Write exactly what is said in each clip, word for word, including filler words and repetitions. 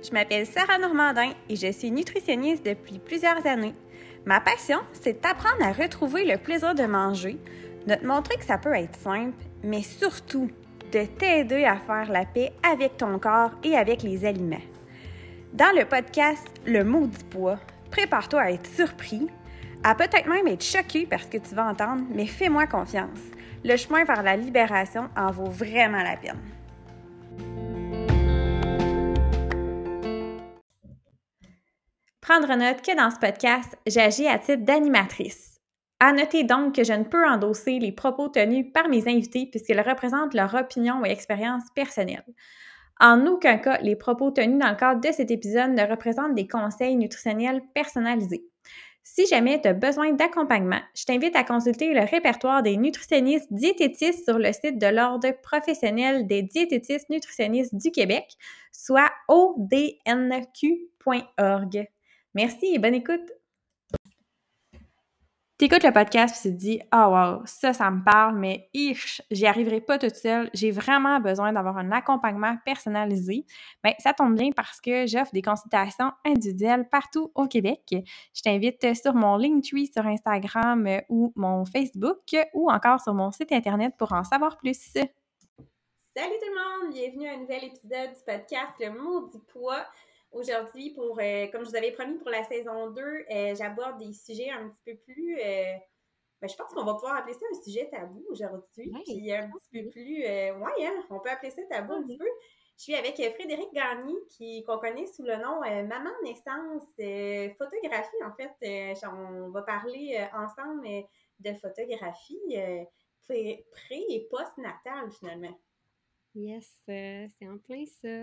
Je m'appelle Sarah Normandin et je suis nutritionniste depuis plusieurs années. Ma passion, c'est d'apprendre à retrouver le plaisir de manger, de te montrer que ça peut être simple, mais surtout de t'aider à faire la paix avec ton corps et avec les aliments. Dans le podcast Le Maudit Poids, prépare-toi à être surpris, à peut-être même être choqué par ce que tu vas entendre, mais fais-moi confiance. Le chemin vers la libération en vaut vraiment la peine. Prendre note que dans ce podcast, j'agis à titre d'animatrice. À noter donc que je ne peux endosser les propos tenus par mes invités puisqu'ils représentent leur opinion et expérience personnelle. En aucun cas, les propos tenus dans le cadre de cet épisode ne représentent des conseils nutritionnels personnalisés. Si jamais tu as besoin d'accompagnement, je t'invite à consulter le répertoire des nutritionnistes diététistes sur le site de l'Ordre professionnel des diététistes nutritionnistes du Québec, soit o d n q point org. Merci et bonne écoute! T'écoutes le podcast et tu te dis « Ah oh wow, ça, ça me parle, mais ich, j'y arriverai pas toute seule, j'ai vraiment besoin d'avoir un accompagnement personnalisé. » Bien, ça tombe bien parce que j'offre des consultations individuelles partout au Québec. Je t'invite sur mon Linktree sur Instagram ou mon Facebook ou encore sur mon site Internet pour en savoir plus. Salut tout le monde! Bienvenue à un nouvel épisode du podcast Le Maudit Poids. Aujourd'hui, pour euh, comme je vous avais promis pour la saison deux, euh, j'aborde des sujets un petit peu plus... Euh, ben, je pense qu'on va pouvoir appeler ça un sujet tabou aujourd'hui. Ouais, Puis un petit peu plus... Euh, ouais, hein, on peut appeler ça tabou un petit peu. Je suis avec euh, Frédéric Gagné, qui, qu'on connaît sous le nom euh, Maman Naissance euh, Photographie. En fait, euh, on va parler euh, ensemble euh, de photographie euh, pré-, pré- et post-natale, finalement. Yes, euh, c'est en plein ça.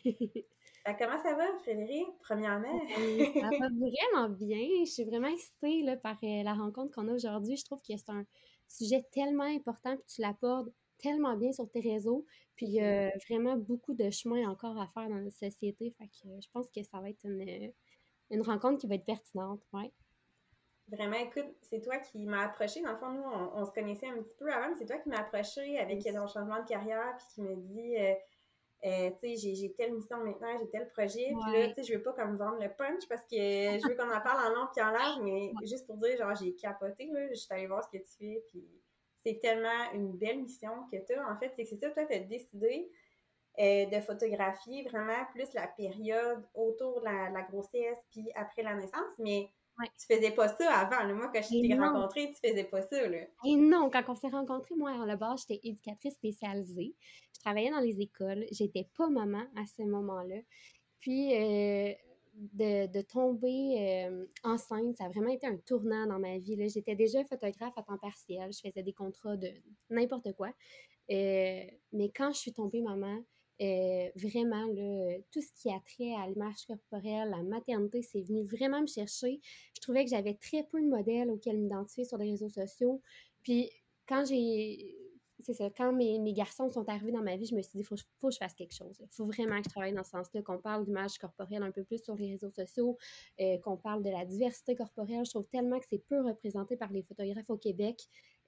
Ben, comment ça va, Frédéric, premièrement? Euh, ça va vraiment bien. Je suis vraiment excitée là, par euh, la rencontre qu'on a aujourd'hui. Je trouve que c'est un sujet tellement important, puis tu l'abordes tellement bien sur tes réseaux. Puis il y a vraiment beaucoup de chemin encore à faire dans notre société. Fait que euh, je pense que ça va être une, une rencontre qui va être pertinente. Ouais. Vraiment, écoute, c'est toi qui m'as approché. Dans le fond, nous, on, on se connaissait un petit peu avant, mais c'est toi qui m'as approché avec Yes. ton changement de carrière, puis qui me dit, euh, euh, tu sais, j'ai, j'ai telle mission maintenant, j'ai tel projet, puis là, Ouais. tu sais, je veux pas comme vendre le punch parce que je veux qu'on en parle en long puis en large, mais Ouais. juste pour dire, genre, j'ai capoté, là, je suis allée voir ce que tu fais, puis c'est tellement une belle mission que tu as. En fait, c'est que c'est ça, toi, tu as décidé euh, de photographier vraiment plus la période autour de la, la grossesse puis après la naissance, mais Ouais. tu faisais pas ça avant. Là. Moi, quand je Et t'ai non. rencontré, tu faisais pas ça. Là. Et non, quand on s'est rencontrés, moi, à la base, j'étais éducatrice spécialisée. Je travaillais dans les écoles. J'étais pas maman à ce moment-là. Puis, euh, de, de tomber euh, enceinte, ça a vraiment été un tournant dans ma vie, là. J'étais déjà photographe à temps partiel. Je faisais des contrats de n'importe quoi. Euh, mais quand je suis tombée maman, euh, vraiment, là, tout ce qui a trait à l'image corporelle, la maternité, c'est venu vraiment me chercher. Je trouvais que j'avais très peu de modèles auxquels m'identifier sur les réseaux sociaux. Puis quand j'ai... C'est ça, quand mes, mes garçons sont arrivés dans ma vie, je me suis dit, il faut, faut que je fasse quelque chose. Il faut vraiment que je travaille dans ce sens-là, qu'on parle d'image corporelle un peu plus sur les réseaux sociaux, euh, qu'on parle de la diversité corporelle. Je trouve tellement que c'est peu représenté par les photographes au Québec.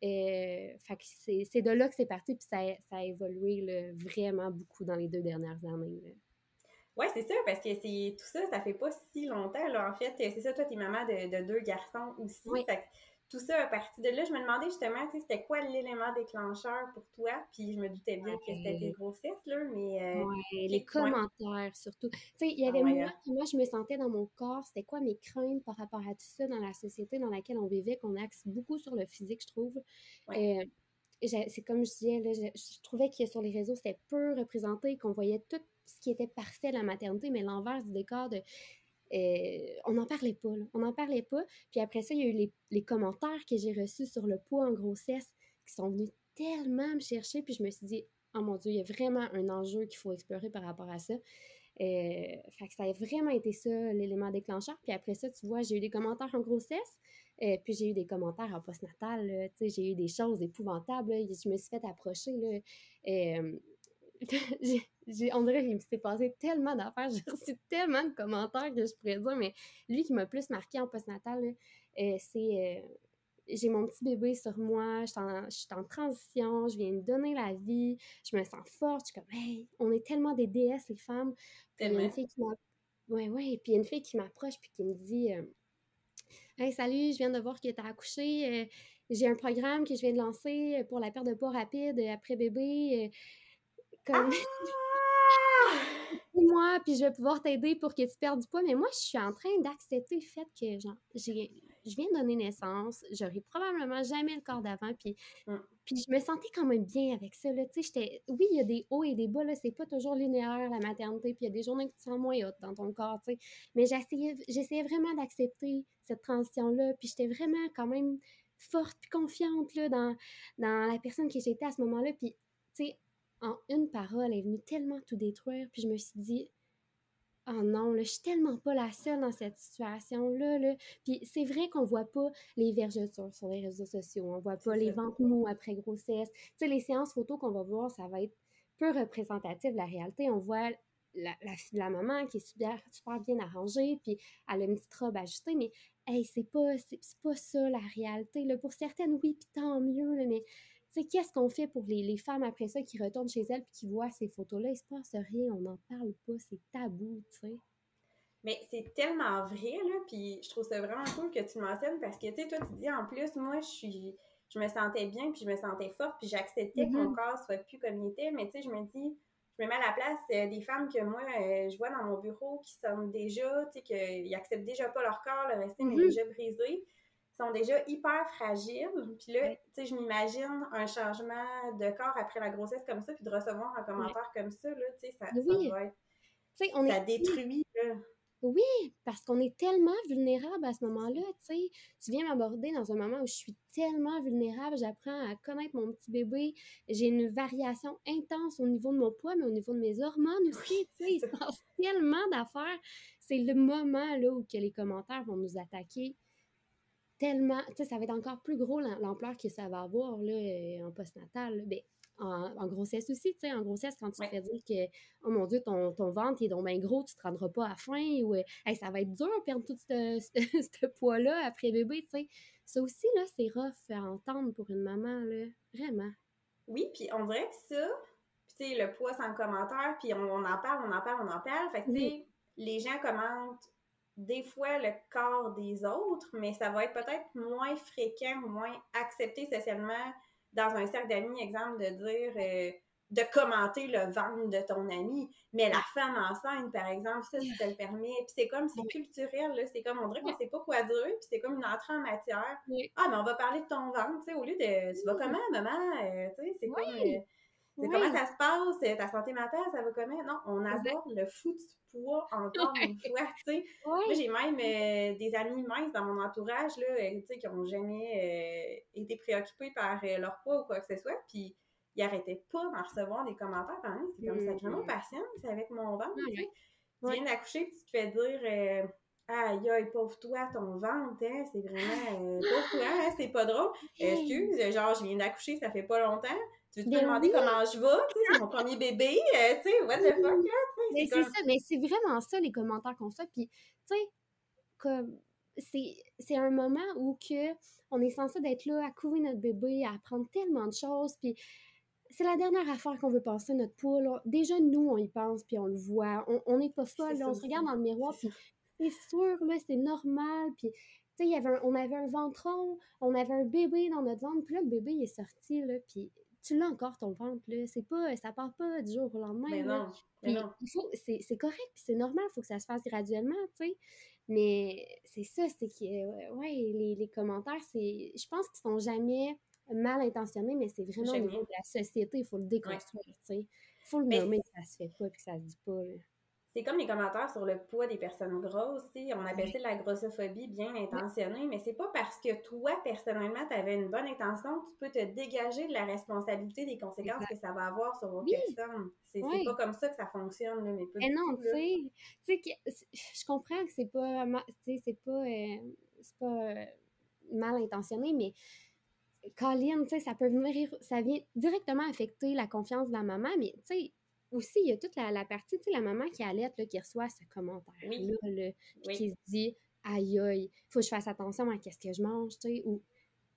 Euh, fait que c'est, c'est de là que c'est parti, puis ça, a- ça a évolué là, vraiment beaucoup dans les deux dernières années. Là. Ouais, c'est ça, parce que c'est tout ça, ça fait pas si longtemps. Là. En fait, c'est ça, toi, t'es maman de, de deux garçons aussi. Oui. Fait que tout ça a parti de là. Je me demandais justement, tu sais, c'était quoi l'élément déclencheur pour toi? Puis je me doutais bien que c'était tes Ouais. grossesses, là, mais euh, Ouais, les que- ouais. commentaires surtout. Tu sais, il y Oh avait my moi, God. comment je me sentais dans mon corps, c'était quoi mes craintes par rapport à tout ça dans la société dans laquelle on vivait, qu'on axe beaucoup sur le physique, je trouve. Ouais. Euh, j'ai- c'est comme je disais, là, je, je trouvais que sur les réseaux, c'était peu représenté, qu'on voyait tout ce qui était parfait de la maternité, mais l'envers du décor de... euh, on n'en parlait pas, là. On n'en parlait pas. Puis après ça, il y a eu les, les commentaires que j'ai reçus sur le poids en grossesse qui sont venus tellement me chercher, puis je me suis dit, oh mon Dieu, il y a vraiment un enjeu qu'il faut explorer par rapport à ça. Euh, fait que ça a vraiment été ça l'élément déclencheur. Puis après ça, tu vois, j'ai eu des commentaires en grossesse, euh, puis j'ai eu des commentaires en postnatal. Là, tu sais, j'ai eu des choses épouvantables. Là. Je me suis fait approcher. Là, euh, j'ai, j'ai, on dirait qu'il s'est passé tellement d'affaires. J'ai reçu tellement de commentaires que je pourrais dire, mais lui qui m'a plus marqué en postnatal, là, euh, c'est... Euh, j'ai mon petit bébé sur moi, je suis, en, je suis en transition, je viens de donner la vie, je me sens forte, je suis comme, hey, on est tellement des déesses, les femmes. Puis il y a une Tellement. fille qui m'a ouais, ouais. Puis il y a une fille qui m'approche puis qui me dit euh, Hey, salut, je viens de voir que tu as accouché. euh, j'ai un programme que je viens de lancer euh, pour la perte de poids rapide euh, après bébé. euh, comme Ah! moi, puis je vais pouvoir t'aider pour que tu perdes du poids. Mais moi, je suis en train d'accepter le fait que, genre, j'ai, je viens de donner naissance, j'aurai probablement jamais le corps d'avant, puis, Mm. puis je me sentais quand même bien avec ça, là. Tu sais, j'étais... Oui, il y a des hauts et des bas, là, c'est pas toujours linéaire, la maternité, puis il y a des journées que tu te sens moins haute dans ton corps, tu sais. Mais j'essayais, j'essayais vraiment d'accepter cette transition-là, puis j'étais vraiment quand même forte puis confiante, là, dans, dans la personne que j'étais à ce moment-là, puis, tu sais, en une parole, elle est venue tellement tout détruire, puis je me suis dit, oh non, là, je suis tellement pas la seule dans cette situation-là, là. Puis c'est vrai qu'on voit pas les vergetures sur les réseaux sociaux, on voit pas C'est les ça. ventres mous après grossesse. Tu sais, les séances photos qu'on va voir, ça va être peu représentatif de la réalité. On voit la, la, la maman qui est super, super bien arrangée, puis elle a une petite robe ajustée, mais hey, c'est pas, c'est, c'est pas ça la réalité, là. Pour certaines, oui, puis tant mieux, là, mais tu sais, qu'est-ce qu'on fait pour les, les femmes après ça qui retournent chez elles puis qui voient ces photos-là? Il se passe rien, on n'en parle pas, c'est tabou, tu sais. Mais c'est tellement vrai, là, puis je trouve ça vraiment cool que tu le mentionnes parce que, tu sais, toi, tu dis en plus, moi, je suis, je me sentais bien, puis je me sentais forte, puis j'acceptais que mon Mhm. corps soit plus comme il était, mais tu sais, je me dis, je me mets à la place euh, des femmes que moi, euh, je vois dans mon bureau qui sont déjà, tu sais, qu'ils acceptent déjà pas leur corps, leur estime est Mhm. déjà brisée, sont déjà hyper fragiles, puis là, Ouais, tu sais, je m'imagine un changement de corps après la grossesse comme ça, puis de recevoir un ouais. commentaire comme ça, là, tu sais, ça, ça Oui, doit être, tu sais, on ça est... détruit, là. Oui, parce qu'on est tellement vulnérable à ce moment-là, tu sais. Tu viens m'aborder dans un moment où je suis tellement vulnérable, j'apprends à connaître mon petit bébé, j'ai une variation intense au niveau de mon poids, mais au niveau de mes hormones aussi, Oui, tu sais, c'est il ça. se passe tellement d'affaires. C'est le moment, là, où que les commentaires vont nous attaquer tellement, tu sais, ça va être encore plus gros l'am- l'ampleur que ça va avoir, là, euh, en postnatal, là. Ben, en, en grossesse aussi, tu sais, en grossesse, quand tu te Ouais. fais dire que, oh mon Dieu, ton, ton ventre, il est donc bien gros, tu te rendras pas à faim, ou, euh, Hey, ça va être dur de perdre tout ce, ce, ce poids-là après bébé, tu sais. Ça aussi, là, c'est rough à entendre pour une maman, là, vraiment. Oui, puis on dirait que ça, puis tu sais, le poids sans commentaire, puis on, on en parle, on en parle, on en parle. Fait que tu Oui, sais, les gens commentent des fois le corps des autres, mais ça va être peut-être moins fréquent, moins accepté socialement dans un cercle d'amis, exemple, de dire, euh, de commenter le ventre de ton ami. Mais la ouais, femme enceinte, par exemple, ça, tu te le permets. Puis c'est comme, c'est ouais, culturel, là. C'est comme, on dirait qu'on ouais, sait pas quoi dire, puis c'est comme une entrée en matière. ouais. Ah, mais on va parler de ton ventre, tu sais, au lieu de, tu vas Oui, comment, maman? Euh, tu sais, c'est comme, euh, oui, c'est comment oui, ça se passe, euh, ta santé mentale, ça va comment? Non, on exact. aborde le foutu poids encore une fois, tu sais. Moi, Ouais, j'ai même euh, des amis minces dans mon entourage, là, euh, tu sais, qui n'ont jamais euh, été préoccupés par euh, leur poids ou quoi que ce soit, puis ils arrêtaient pas d'en recevoir des commentaires par exemple, c'est comme ouais. sacrément Hum, patience avec mon ventre, tu sais. ouais, Tu ouais. viens d'accoucher, puis tu te fais dire... euh, aïe, aïe, pauvre toi, ton ventre, hein, c'est vraiment, euh, pauvre toi, hein, c'est pas drôle. Euh, Hey, excuse, genre, je viens d'accoucher, ça fait pas longtemps. Tu veux-tu me ben demander oui! comment je vais? Tu sais, c'est mon premier bébé, euh, tu sais, what the fuck, là, tu sais, Mais c'est c'est comme, ça, mais c'est vraiment ça les commentaires qu'on fait. Puis, tu sais, comme c'est c'est un moment où que on est censé d'être là à couver notre bébé, à apprendre tellement de choses. Puis c'est la dernière affaire qu'on veut passer notre poids. Là. Déjà, nous, on y pense, puis on le voit. On on n'est pas c'est folle, là. ça On se regarde aussi, dans le c'est miroir, ça. puis c'est sûr, là, c'est normal. Puis, tu sais, il y avait un- on avait un ventre rond, on avait un bébé dans notre ventre, puis là, le bébé, il est sorti, là, puis tu l'as encore, ton ventre, là. C'est pas, ça part pas du jour au lendemain, Mais là. non, mais Puis, non. il faut, c'est c'est correct, puis c'est normal, il faut que ça se fasse graduellement, tu sais. Mais c'est ça, c'est que, euh, ouais, les, les commentaires, c'est, je pense qu'ils sont jamais mal intentionnés, mais c'est vraiment au niveau Jamais. de la société, il faut le Ouais. déconstruire, tu sais. Il faut le Mais nommer que ça se fait pas, puis que ça se dit pas, là. c'est comme les commentaires sur le poids des personnes grosses, tu sais, on appelle ça Ouais. de la grossophobie bien Ouais, intentionnée, mais c'est pas parce que toi, personnellement, tu avais une bonne intention que tu peux te dégager de la responsabilité des conséquences que exact. ça va avoir sur l'autre Oui, personne. C'est c'est pas ouais. comme ça que ça fonctionne, là, mais pas Mais du non, tout, tu là. sais, tu sais, que- c'est- je comprends que c'est pas, ma- tu sais, c'est pas, euh, c'est pas euh, mal intentionné, mais Colin, tu sais, ça peut venir, ça vient directement affecter la confiance de la maman, mais tu sais, aussi, il y a toute la, la partie, tu sais, la maman qui allait, là, qui reçoit ce Oui, commentaire-là, là, puis oui. qui se dit, aïe, aïe, faut que je fasse attention à qu'est-ce que je mange, tu sais, ou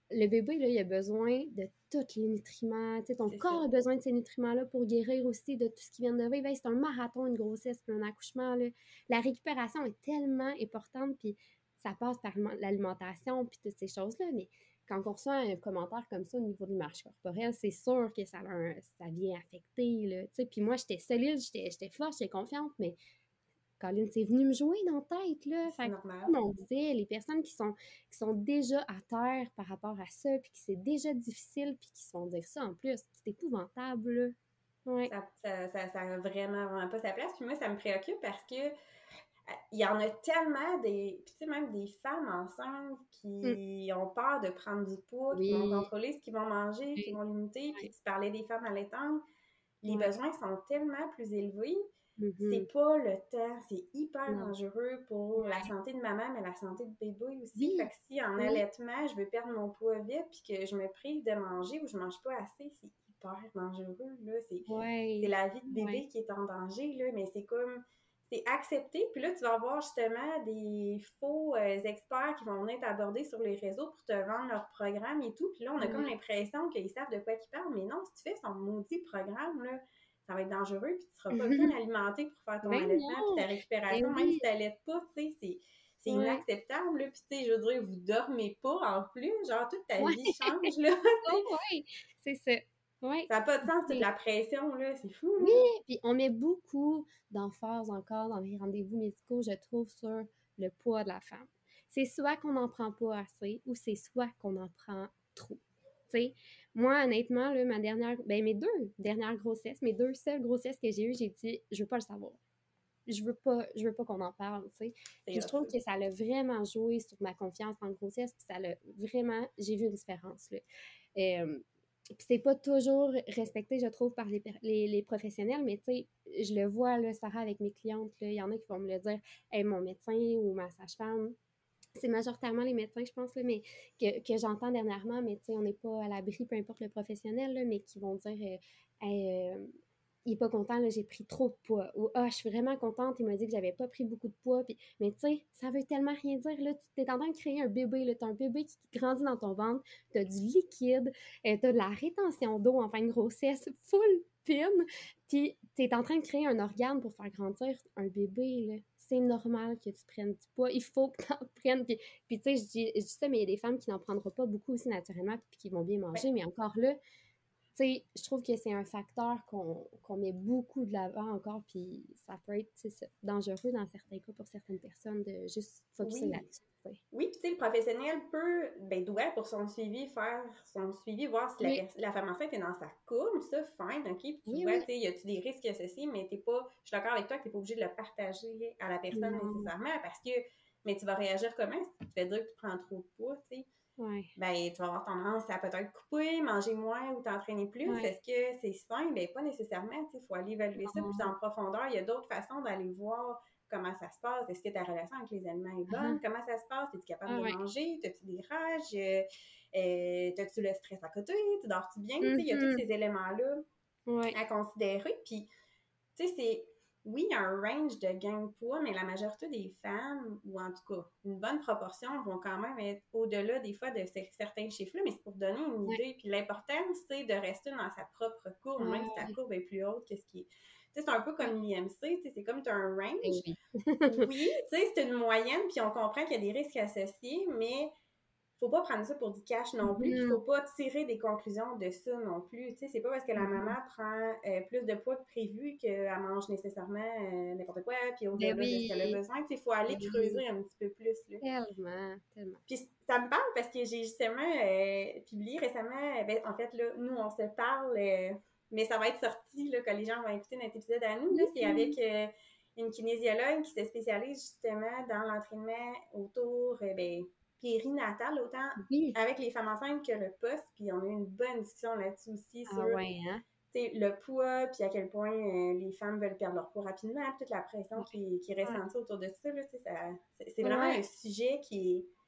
le bébé, là, il a besoin de tous les nutriments. Tu sais, ton C'est ça. corps a besoin de ces nutriments-là pour guérir aussi de tout ce qui vient de vivre. Hey, c'est un marathon, une grossesse, puis un accouchement, là. La récupération est tellement importante, puis ça passe par l'alimentation, puis toutes ces choses-là. Mais quand on reçoit un commentaire comme ça au niveau de l'image corporelle, c'est sûr que ça, a un- ça vient affecter, là. Tu sais, puis moi, j'étais solide, j'étais j'étais forte, j'étais confiante, mais Colin, c'est venu me jouer dans la tête, là. C'est Fait que, normal. comme on disait, les personnes qui sont, qui sont déjà à terre par rapport à ça, puis que c'est déjà difficile, puis qui se font dire ça en plus, c'est épouvantable, là. Ouais. Ça, ça, ça, ça a vraiment, vraiment pas sa place. Puis moi, ça me préoccupe parce que euh, il y en a tellement des, puis tu sais, même des femmes enceintes Mm. qui ont peur de prendre du poids, qui vont Oui. contrôler ce qu'ils vont manger, qui Oui. vont limiter. Puis Ouais. tu parlais des femmes allaitantes, les Ouais. besoins sont tellement plus élevés. Mhm. C'est pas le temps, c'est hyper Non. dangereux pour la Ouais. santé de maman, mais la santé de bébé aussi. Fait Oui. que si en Oui. allaitement, je veux perdre mon poids vite, puis que je me prive de manger ou je mange pas assez, c'est hyper dangereux, là. C'est, c'est Ouais. la vie de Ouais. bébé qui est en danger, là, mais c'est comme, c'est accepté. Puis là, tu vas avoir justement des faux euh, experts qui vont venir t'aborder sur les réseaux pour te vendre leur programme et tout. Puis là, on a comme Ouais. l'impression qu'ils savent de quoi ils parlent, mais non, si tu fais son maudit programme, là, ça va être dangereux, puis tu seras pas bien alimenté pour faire ton Ben allaitement, puis non! ta Ben récupération, même si oui! tu n'allaites pas, tu sais, c'est, c'est Ouais. inacceptable, là. Puis tu sais, je veux dire, vous dormez pas en plus, genre toute ta Ouais. vie change, là, tu sais. Oh, ouais! C'est ça. Ouais. Ça n'a pas de sens, toute C'est- la pression, là, c'est fou, Oui, là. puis on met beaucoup d'emphase encore dans les rendez-vous médicaux, je trouve, sur le poids de la femme. C'est soit qu'on n'en prend pas assez ou c'est soit qu'on en prend trop. Tu sais, moi, honnêtement, là, ma dernière, ben, mes deux dernières grossesses, mes deux seules grossesses que j'ai eues, j'ai dit, je veux pas le savoir. Je veux pas, je veux pas qu'on en parle, tu sais. C'est Puis je hot, trouve ça. que ça l'a vraiment joué sur ma confiance en grossesse, puis ça l'a vraiment, j'ai vu une différence, là. Euh, puis c'est pas toujours respecté, je trouve, par les, les, les professionnels, mais tu sais, je le vois, là, Sarah, avec mes clientes, là, il y en a qui vont me le dire, hey, mon médecin ou ma sage-femme, c'est majoritairement les médecins, je pense, là, mais que, que j'entends dernièrement, mais tu sais, on n'est pas à l'abri, peu importe le professionnel, là, mais qui vont dire, euh, hey, euh, il est pas content, là, j'ai pris trop de poids. Ou, ah, je suis vraiment contente, il m'a dit que j'avais pas pris beaucoup de poids. Puis, mais tu sais, ça veut tellement rien dire, là. Tu es en train de créer un bébé, là. T'as un bébé qui grandit dans ton ventre, t'as du liquide, euh, t'as de la rétention d'eau en fin de grossesse, full pin, puis t'es en train de créer un organe pour faire grandir un bébé, là. C'est normal que tu prennes du poids. Il faut que t'en prennes. Puis, puis tu sais, je dis, je dis ça, mais il y a des femmes qui n'en prendront pas beaucoup aussi naturellement, puis qui vont bien Ouais. manger. Mais encore là, tu sais, je trouve que c'est un facteur qu'on qu'on met beaucoup de l'avant encore, puis ça peut être tu sais, dangereux dans certains cas pour certaines personnes de juste focusser Oui. là-dessus. tu sais. Oui, puis tu sais, le professionnel peut, ben, doit pour son suivi faire son suivi, voir si la, Oui, pers- la femme enceinte est dans sa courbe, ça, fine, ok, puis tu oui, vois, oui. tu sais, y a-tu des risques associés, mais t'es pas, je suis d'accord avec toi que t'es pas obligé de le partager à la personne Non. nécessairement, parce que, mais tu vas réagir comment si tu te fais dire que tu prends trop de poids, tu sais, Ouais, ben, tu vas avoir tendance à peut-être couper, manger moins ou t'entraîner plus. ouais. Est-ce que c'est sain? Ben, pas nécessairement, tu sais, il faut aller évaluer ça plus Non. en profondeur. Il y a d'autres façons d'aller voir comment ça se passe. Est-ce que ta relation avec les aliments est Ah, ah. bonne? Comment ça se passe? Es-tu capable Ah, de ouais. manger? T'as-tu des rages? Euh, euh, t'as-tu le stress à côté? Tu dors-tu bien? Tu sais, il y a tous Mhm. ces éléments-là Ouais. à considérer. Puis, tu sais, c'est, oui, il y a un range de gain de poids, mais la majorité des femmes, ou en tout cas, une bonne proportion, vont quand même être au-delà des fois de ces- certains chiffres-là, mais c'est pour donner une Ouais. idée. Puis l'important, c'est de rester dans sa propre courbe, même si ta Ouais. courbe est plus haute que ce qui est. Tu sais, c'est un peu Ouais. comme l'I M C, tu sais, c'est comme tu as un Ben range. oui. Oui, tu sais, c'est une moyenne, puis on comprend qu'il y a des risques associés, mais faut pas prendre ça pour du cash non plus, puis Mhm. faut pas tirer des conclusions de ça non plus. Tu sais, c'est pas parce que la Mhm. maman prend euh, plus de poids que prévu qu'elle mange nécessairement euh, n'importe quoi, puis Ben au-delà de ce qu'elle a oui. besoin. Tu sais, il faut aller Ben oui. creuser un petit peu plus, là. Tellement, tellement. Puis ça me parle parce que j'ai justement euh, publié récemment, euh, ben, en fait, là, nous, on se parle, euh, mais ça va être sorti, là, quand les gens vont écouter notre épisode à nous, là, c'est avec Mhm. euh, une kinésiologue qui se spécialise justement dans l'entraînement autour, euh, ben, périnatal, autant Oui. avec les femmes enceintes que le poste, puis on a eu une bonne discussion là-dessus aussi sur Ah ouais, hein? tu sais, le poids, puis à quel point euh, les femmes veulent perdre leur poids rapidement, puis toute la pression Ouais. qui, qui est Ouais. ressentie autour de ça, là, tu sais, ça, c'est, c'est vraiment Ouais. un sujet qui est,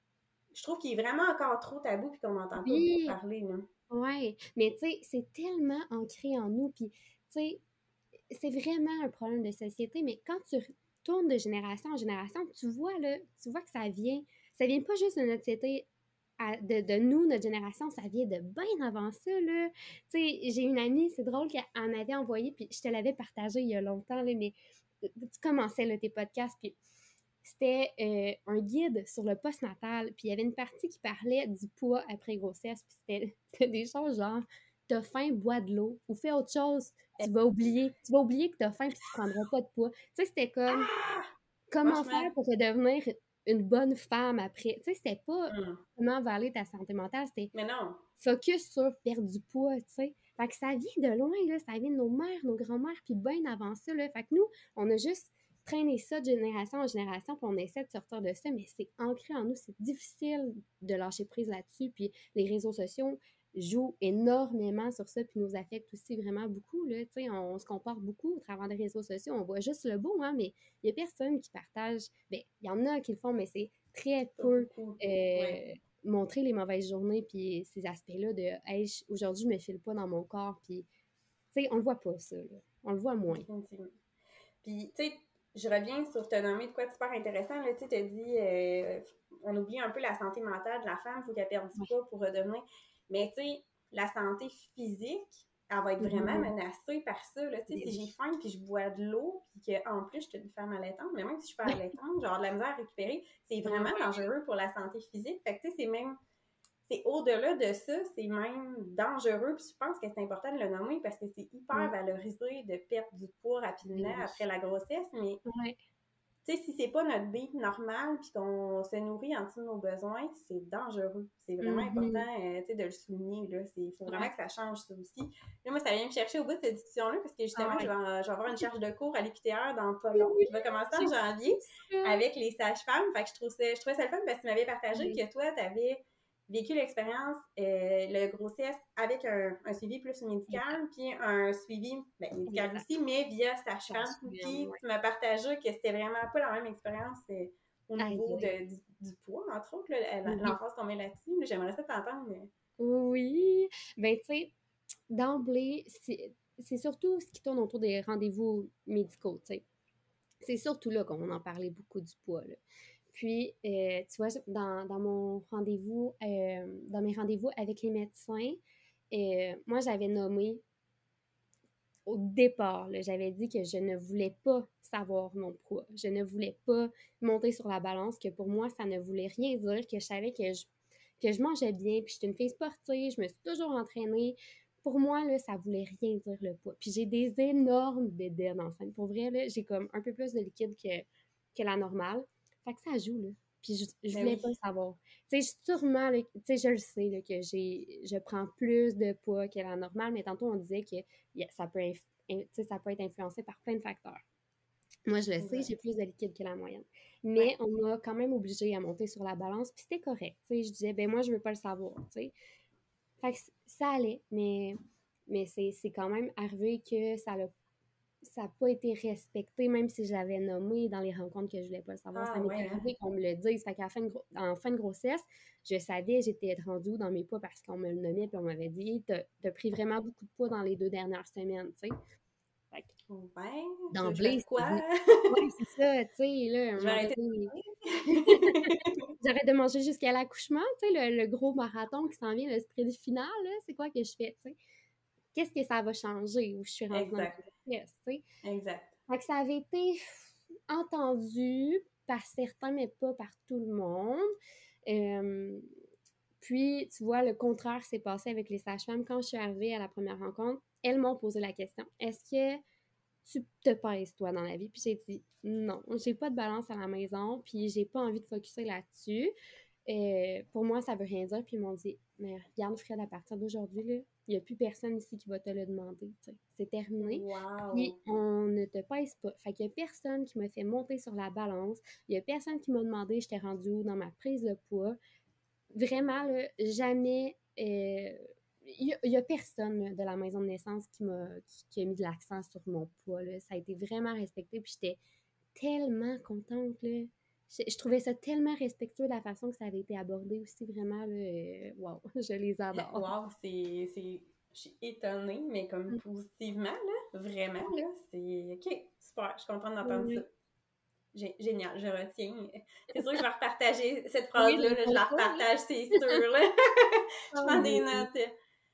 je trouve qu'il est vraiment encore trop tabou, puis qu'on n'entend pas beaucoup Oui. parler, là. Ouais. Mais tu sais, c'est tellement ancré en nous. Puis, tu sais, c'est vraiment un problème de société. Mais quand tu retournes de génération en génération, tu vois, là, tu vois que ça vient. Ça vient pas juste de notre société à- de, de nous, notre génération, ça vient de bien avant ça, là. Tu sais, j'ai une amie, c'est drôle qu'elle m'avait envoyé, puis je te l'avais partagé il y a longtemps, là, mais tu commençais, là, tes podcasts, puis c'était euh, un guide sur le postnatal, puis il y avait une partie qui parlait du poids après grossesse, puis c'était c'était des choses genre, t'as faim, bois de l'eau, ou fais autre chose, tu vas oublier, tu vas oublier que t'as faim, puis tu prendras pas de poids. Tu sais, c'était comme, Ah! comment Franchement, faire pour devenir une bonne femme après? Tu sais, c'était pas hum, comment valer ta santé mentale, c'était mais non. focus sur perdre du poids, tu sais. Fait que ça vient de loin, là, ça vient de nos mères, nos grands-mères, puis bien avant ça, là. Fait que nous, on a juste traîné ça de génération en génération, puis on essaie de sortir de ça, mais c'est ancré en nous, c'est difficile de lâcher prise là-dessus, puis les réseaux sociaux jouent énormément sur ça, puis nous affectent aussi vraiment beaucoup, là, tu sais, on, on se compare beaucoup au travers des réseaux sociaux, on voit juste le beau, hein, mais il y a personne qui partage, ben, il y en a qui le font, mais c'est très Pas peu beaucoup. Ouais. euh, montrer les mauvaises journées, puis ces aspects-là de hey, j- aujourd'hui, je me file pas dans mon corps, puis tu sais, on le voit pas, ça, là. On le voit moins. Définitivement. Puis, tu sais, je reviens sur te nommer de quoi de super intéressant. Là, tu sais, t'as dit, euh, on oublie un peu la santé mentale de la femme, il faut qu'elle perde du Ouais. poids pour redevenir. Mais, tu sais, la santé physique, elle va être vraiment Mhm. menacée par ça. Là. Tu sais, Ben si j'ai oui. faim puis je bois de l'eau, puis qu'en plus, je suis une femme allaitante, mais même si je suis pas allaitante, genre de la misère à récupérer, c'est Ouais. vraiment dangereux pour la santé physique. Fait que, tu sais, c'est même c'est au-delà de ça, c'est même dangereux. Puis je pense que c'est important de le nommer parce que c'est hyper Mm. valorisé de perdre du poids rapidement Ben oui. après la grossesse. Mais Ouais. tu sais, si c'est pas notre beat normal puis qu'on se nourrit en dessous de nos besoins, c'est dangereux. C'est vraiment important Mhm. euh, tu sais, de le souligner. Il faut vraiment Ouais. que ça change ça aussi. Là, moi, ça vient me chercher au bout de cette discussion-là parce que Ah justement, je ouais. vais, en- je vais avoir une charge de cours à l'E Q T R dans pas long Oui, qui va commencer je en sais janvier ça. avec les sages-femmes. Fait que je trouve ça, je trouvais ça le fun parce que tu m'avais partagé Oui. que toi, tu avais vécu l'expérience, euh, le grossesse avec un, un suivi plus Exact. médical, puis un suivi ben, médical Exact. aussi, mais via Ça sage-femme. se fait, Puis ouais. tu m'as partagé que c'était vraiment pas la même expérience euh, au Aïe, niveau aïe. de, du, du poids, entre autres, là, Oui. l'emphase qu'on met là-dessus. J'aimerais ça t'entendre. Mais... Oui. Ben, tu sais, d'emblée, c'est c'est surtout ce qui tourne autour des rendez-vous médicaux, tu sais. C'est surtout là qu'on en parlait beaucoup du poids, là. Puis, euh, tu vois, dans, dans mon rendez-vous, euh, dans mes rendez-vous avec les médecins, euh, moi, j'avais nommé au départ, là, j'avais dit que je ne voulais pas savoir mon poids. Je ne voulais pas monter sur la balance, que pour moi, ça ne voulait rien dire, que je savais que je, que je mangeais bien, puis j'étais une fille sportive, je me suis toujours entraînée. Pour moi, là, ça voulait rien dire le poids. Puis j'ai des énormes bédaines enceinte. Pour vrai, là, j'ai comme un peu plus de liquide que, que la normale. Fait que ça joue, là. Puis je, je Ben voulais oui. pas le savoir. Tu sais, sûrement, là, tu sais, je le sais, là, que j'ai, je prends plus de poids que la normale, mais tantôt, on disait que yeah, ça peut, inf- in- tu sais, ça peut être influencé par plein de facteurs. Moi, je le sais, Exact. j'ai plus de liquide que la moyenne. Ouais. Mais on m'a quand même obligée à monter sur la balance, puis c'était correct. Tu sais, je disais, ben moi, je veux pas le savoir, tu sais. Fait que c- ça allait, mais, mais c'est c'est quand même arrivé que ça l'a ça n'a pas été respecté, même si je l'avais nommé dans les rencontres que je voulais pas le savoir. Ça Ah m'est ouais, hein? arrivé qu'on me le dise. Fait qu'à la fin de, gro- en fin de grossesse, je savais j'étais rendue où dans mes poids parce qu'on me le nommait puis on m'avait dit t'as, t'as pris vraiment beaucoup de poids dans les deux dernières semaines, tu sais. Fait que Ouais. Tu veux que je d'emblée, fasse c'est quoi? venu. Ouais, c'est ça, tu sais, là, à un Je vais moment arrêter donné, de j'arrête de manger jusqu'à l'accouchement, tu sais, le, le gros marathon qui s'en vient, le sprint final, là, c'est quoi que je fais, tu sais? Qu'est-ce que ça va changer où je suis rendue dans ma Exact. grossesse, tu sais? Exact. Fait que ça avait été entendu par certains, mais pas par tout le monde. Euh, puis, tu vois, le contraire s'est passé avec les sages-femmes. Quand je suis arrivée à la première rencontre, elles m'ont posé la question, est-ce que tu te pèses, toi, dans la vie? Puis j'ai dit, non, j'ai pas de balance à la maison, puis j'ai pas envie de focusser là-dessus. Euh, pour moi, ça veut rien dire. Puis ils m'ont dit, mais regarde, Fred, à partir d'aujourd'hui, là, il n'y a plus personne ici qui va te le demander. Tu sais. C'est terminé. Puis Wow. on ne te pèse pas. Fait qu'il n'y a personne qui m'a fait monter sur la balance. Il n'y a personne qui m'a demandé j'étais rendue où dans ma prise de poids. Vraiment, là, jamais. euh, Il n'y a, a personne là, de la maison de naissance qui m'a qui, qui a mis de l'accent sur mon poids. Là. Ça a été vraiment respecté. Puis j'étais tellement contente. Là. Je, je trouvais ça tellement respectueux de la façon que ça avait été abordé aussi. Vraiment, là, euh, wow, je les adore. Wow, c'est, c'est, je suis étonnée, mais comme Mm. positivement, là, vraiment, Ouais, là, c'est, ok, super, je suis contente d'entendre ça. ouais. Gé- génial, je retiens. C'est sûr que je vais repartager cette Oui, phrase-là, les là, je la photos, là. repartage, c'est sûr, là. Je Ah prends des oui. notes.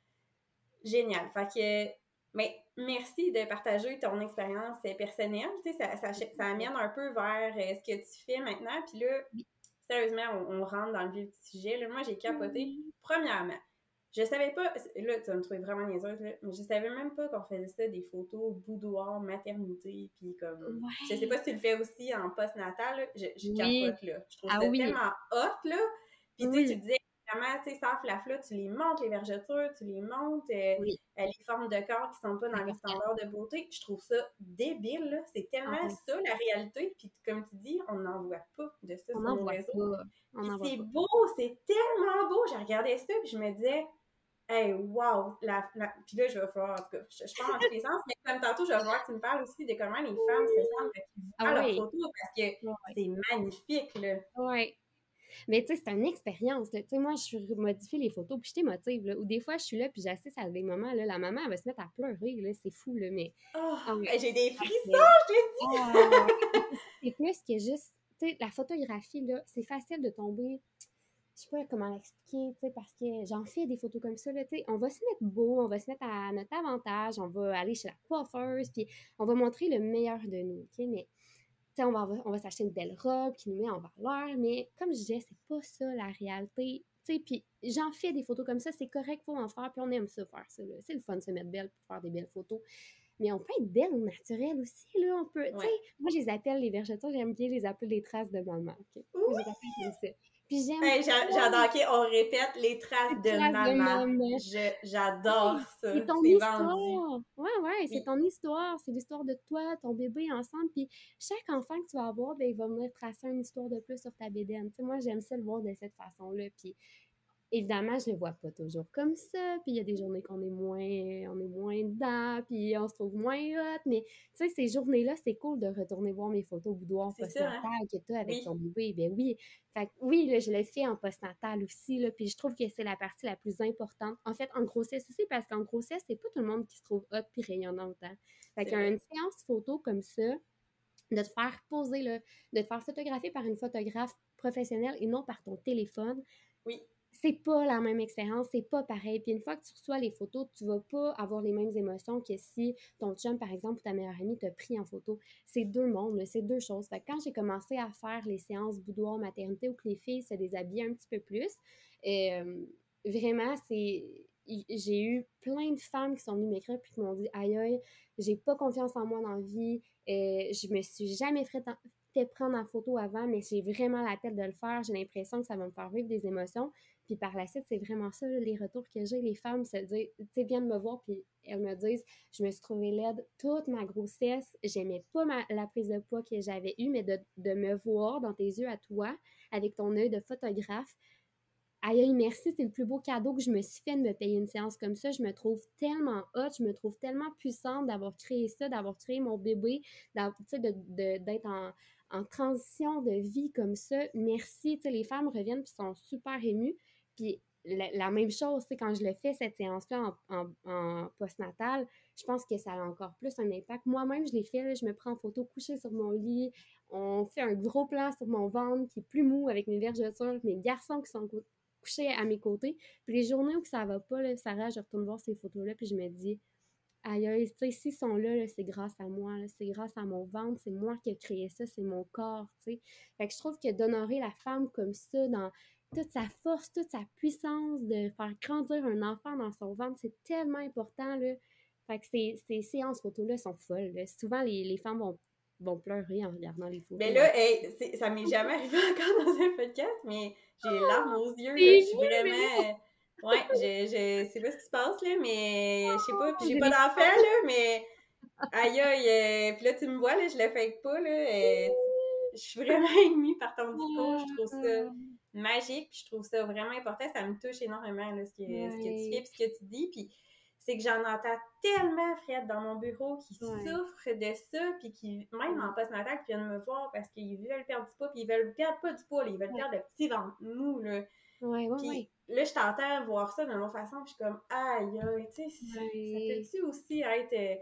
Génial. Fait que, mais merci de partager ton expérience euh, personnelle. Tu sais, ça, ça, ça amène un peu vers euh, ce que tu fais maintenant. Puis là, sérieusement, on, on rentre dans le vif du sujet. Là, moi, j'ai capoté. Oui. Premièrement, je savais pas, là, tu vas me trouver vraiment niaiseuse, là, mais je savais même pas qu'on faisait ça, des photos boudoir, maternité, puis comme, je sais Ouais. pas si tu le fais aussi en post-natal, là, je, je Oui. capote, là. Je trouve Ah ça oui. tellement hot, là. Puis tu sais, tu Oui. disais, vraiment, tu sais, sans flafla, tu les montes, les vergetures, tu les montes, euh, Oui. euh, les formes de corps qui sont pas dans les Important. standards de beauté. Je trouve ça débile, là. C'est Ah tellement oui. ça, la réalité. Puis comme tu dis, on n'en voit pas de ça On sur n'en nos voit réseaux. pas. On Puis n'en voit c'est pas. beau, c'est tellement beau. J'ai regardé ça, puis je me disais, hey, wow! La, la... Puis là, je vais falloir, en tout cas, je, je pars dans tous les sens, mais comme tantôt, je vais voir que tu me parles aussi de comment les femmes se sentent quand ils Ah voient leurs oui. photos, parce que Ouais. c'est magnifique, là. Ouais. Mais tu sais, c'est une expérience, là. Tu sais, moi, je modifie les photos, puis je t'émotive, là. Ou des fois, je suis là, puis j'assiste à des moments, là, la maman, elle va se mettre à pleurer, là. C'est fou, là, mais... Oh, Ah ouais. hey, j'ai des Parce frissons, que- je te dis! Ah ouais. C'est plus que juste... Tu sais, la photographie, là, c'est facile de tomber... Je sais pas comment l'expliquer, tu sais, parce que j'en fais des photos comme ça, là, tu sais. On va se mettre beau, on va se mettre à notre avantage, on va aller chez la coiffeuse, puis on va montrer le meilleur de nous, tu sais, mais... Tu sais, on va, on va s'acheter une belle robe qui nous met en valeur, mais comme je disais, c'est pas ça la réalité. Tu sais, puis j'en fais des photos comme ça, c'est correct, faut en faire, puis on aime ça faire ça, là. C'est le fun de se mettre belle pour faire des belles photos. Mais on peut être belle au naturel aussi, là. On peut, tu sais, Ouais. moi, je les appelle les vergetures, j'aime bien les appeler les traces de maman, OK? Oui! Je les appelle comme ça. Puis j'aime Hey, j'a- trop j'adore, OK, on répète les traces les de traces de maman. maman. Je, j'adore Oui, ça. c'est ton C'est vendu. histoire. Ouais, ouais, c'est Oui, ton histoire. C'est l'histoire de toi, ton bébé ensemble. Puis chaque enfant que tu vas avoir, ben, il va venir tracer une histoire de plus sur ta bédaine. Tu sais, moi, j'aime ça le voir de cette façon-là. Puis évidemment, je le vois pas toujours comme ça. Puis il y a des journées qu'on est moins, on est moins dedans, puis on se trouve moins hot. Mais tu sais, ces journées-là, c'est cool de retourner voir mes photos boudoir c'est ça, hein? postnatal que tu as avec Oui, ton bébé. Ben oui. Fait que oui, là, je le fais en postnatal aussi, là, puis je trouve que c'est la partie la plus importante. En fait, en grossesse aussi, parce qu'en grossesse, c'est pas tout le monde qui se trouve hot puis rayonnante, hein. Fait c'est qu'une vrai. séance photo comme ça, de te faire poser, là, de te faire photographier par une photographe professionnelle et non par ton téléphone, Oui, c'est pas la même expérience, c'est pas pareil. Puis une fois que tu reçois les photos, tu vas pas avoir les mêmes émotions que si ton chum, par exemple, ou ta meilleure amie t'a pris en photo. C'est deux mondes, là, c'est deux choses. Fait que quand j'ai commencé à faire les séances boudoir maternité où que les filles se déshabillaient un petit peu plus, euh, vraiment, c'est... J'ai eu plein de femmes qui sont venues m'écrire puis qui m'ont dit « Aïe, aïe, j'ai pas confiance en moi dans la vie, euh, je me suis jamais fait, fait prendre en photo avant, mais j'ai vraiment la tête de le faire, j'ai l'impression que ça va me faire vivre des émotions. » Puis par la suite, c'est vraiment ça, là, les retours que j'ai. Les femmes se disent, tu sais, viennent me voir, puis elles me disent, je me suis trouvée laide toute ma grossesse, j'aimais pas ma, la prise de poids que j'avais eue, mais de, de me voir dans tes yeux à toi, avec ton œil de photographe, aïe, aïe, merci, c'est le plus beau cadeau que je me suis fait de me payer une séance comme ça. Je me trouve tellement hot, je me trouve tellement puissante d'avoir créé ça, d'avoir créé mon bébé, tu sais, de, de, d'être en, en transition de vie comme ça. Merci, tu sais, les femmes reviennent puis sont super émues. Puis la, la même chose, tu sais, quand je le fais, cette séance-là en, en, en postnatal, je pense que ça a encore plus un impact. Moi-même, je l'ai fait, là, je me prends en photo couchée sur mon lit, on fait un gros plan sur mon ventre qui est plus mou avec mes vergetures, mes garçons qui sont couchés à mes côtés. Puis les journées où ça va pas, là, Sarah, je retourne voir ces photos-là, puis je me dis, aïe, aïe, tu sais, s'ils sont là, là, c'est grâce à moi, là, c'est grâce à mon ventre, c'est moi qui ai créé ça, c'est mon corps, tu sais. Fait que je trouve que d'honorer la femme comme ça, dans toute sa force, toute sa puissance, de faire grandir un enfant dans son ventre, c'est tellement important, là. Fait que ces, ces séances photos-là sont folles, là. Souvent, les, les femmes vont, vont pleurer en regardant les photos. mais là, hey, c'est- ça m'est jamais arrivé encore dans un podcast, mais j'ai les larmes aux yeux, là. C'est Je suis vrai, mais vraiment... euh, Ouais, je, je sais pas ce qui se passe, là, mais je sais pas. Puis j'ai j'ai pas les d'enfant, là, mais... Aïe, aïe, euh, puis là, tu me vois, là, je le fake pas, là. euh, je suis vraiment émue par ton discours. Je trouve ça magique, puis je trouve ça vraiment important. Ça me touche énormément, là, ce que, ce que tu fais, Ouais, puis ce que tu dis. Puis c'est que j'en entends tellement, Fred, dans mon bureau, qui ouais, souffrent de ça, puis qui, même en ouais, postnatal, qui viennent me voir parce qu'ils veulent perdre du poids, puis ils veulent perdre pas du poids, là, ils veulent ouais, perdre le petit ventre mou, là. ouais, ouais, Puis ouais. là, je t'entends voir ça d'une autre façon, puis je suis comme, aïe, aïe, tu sais, ça Ouais. peut-tu aussi être... euh,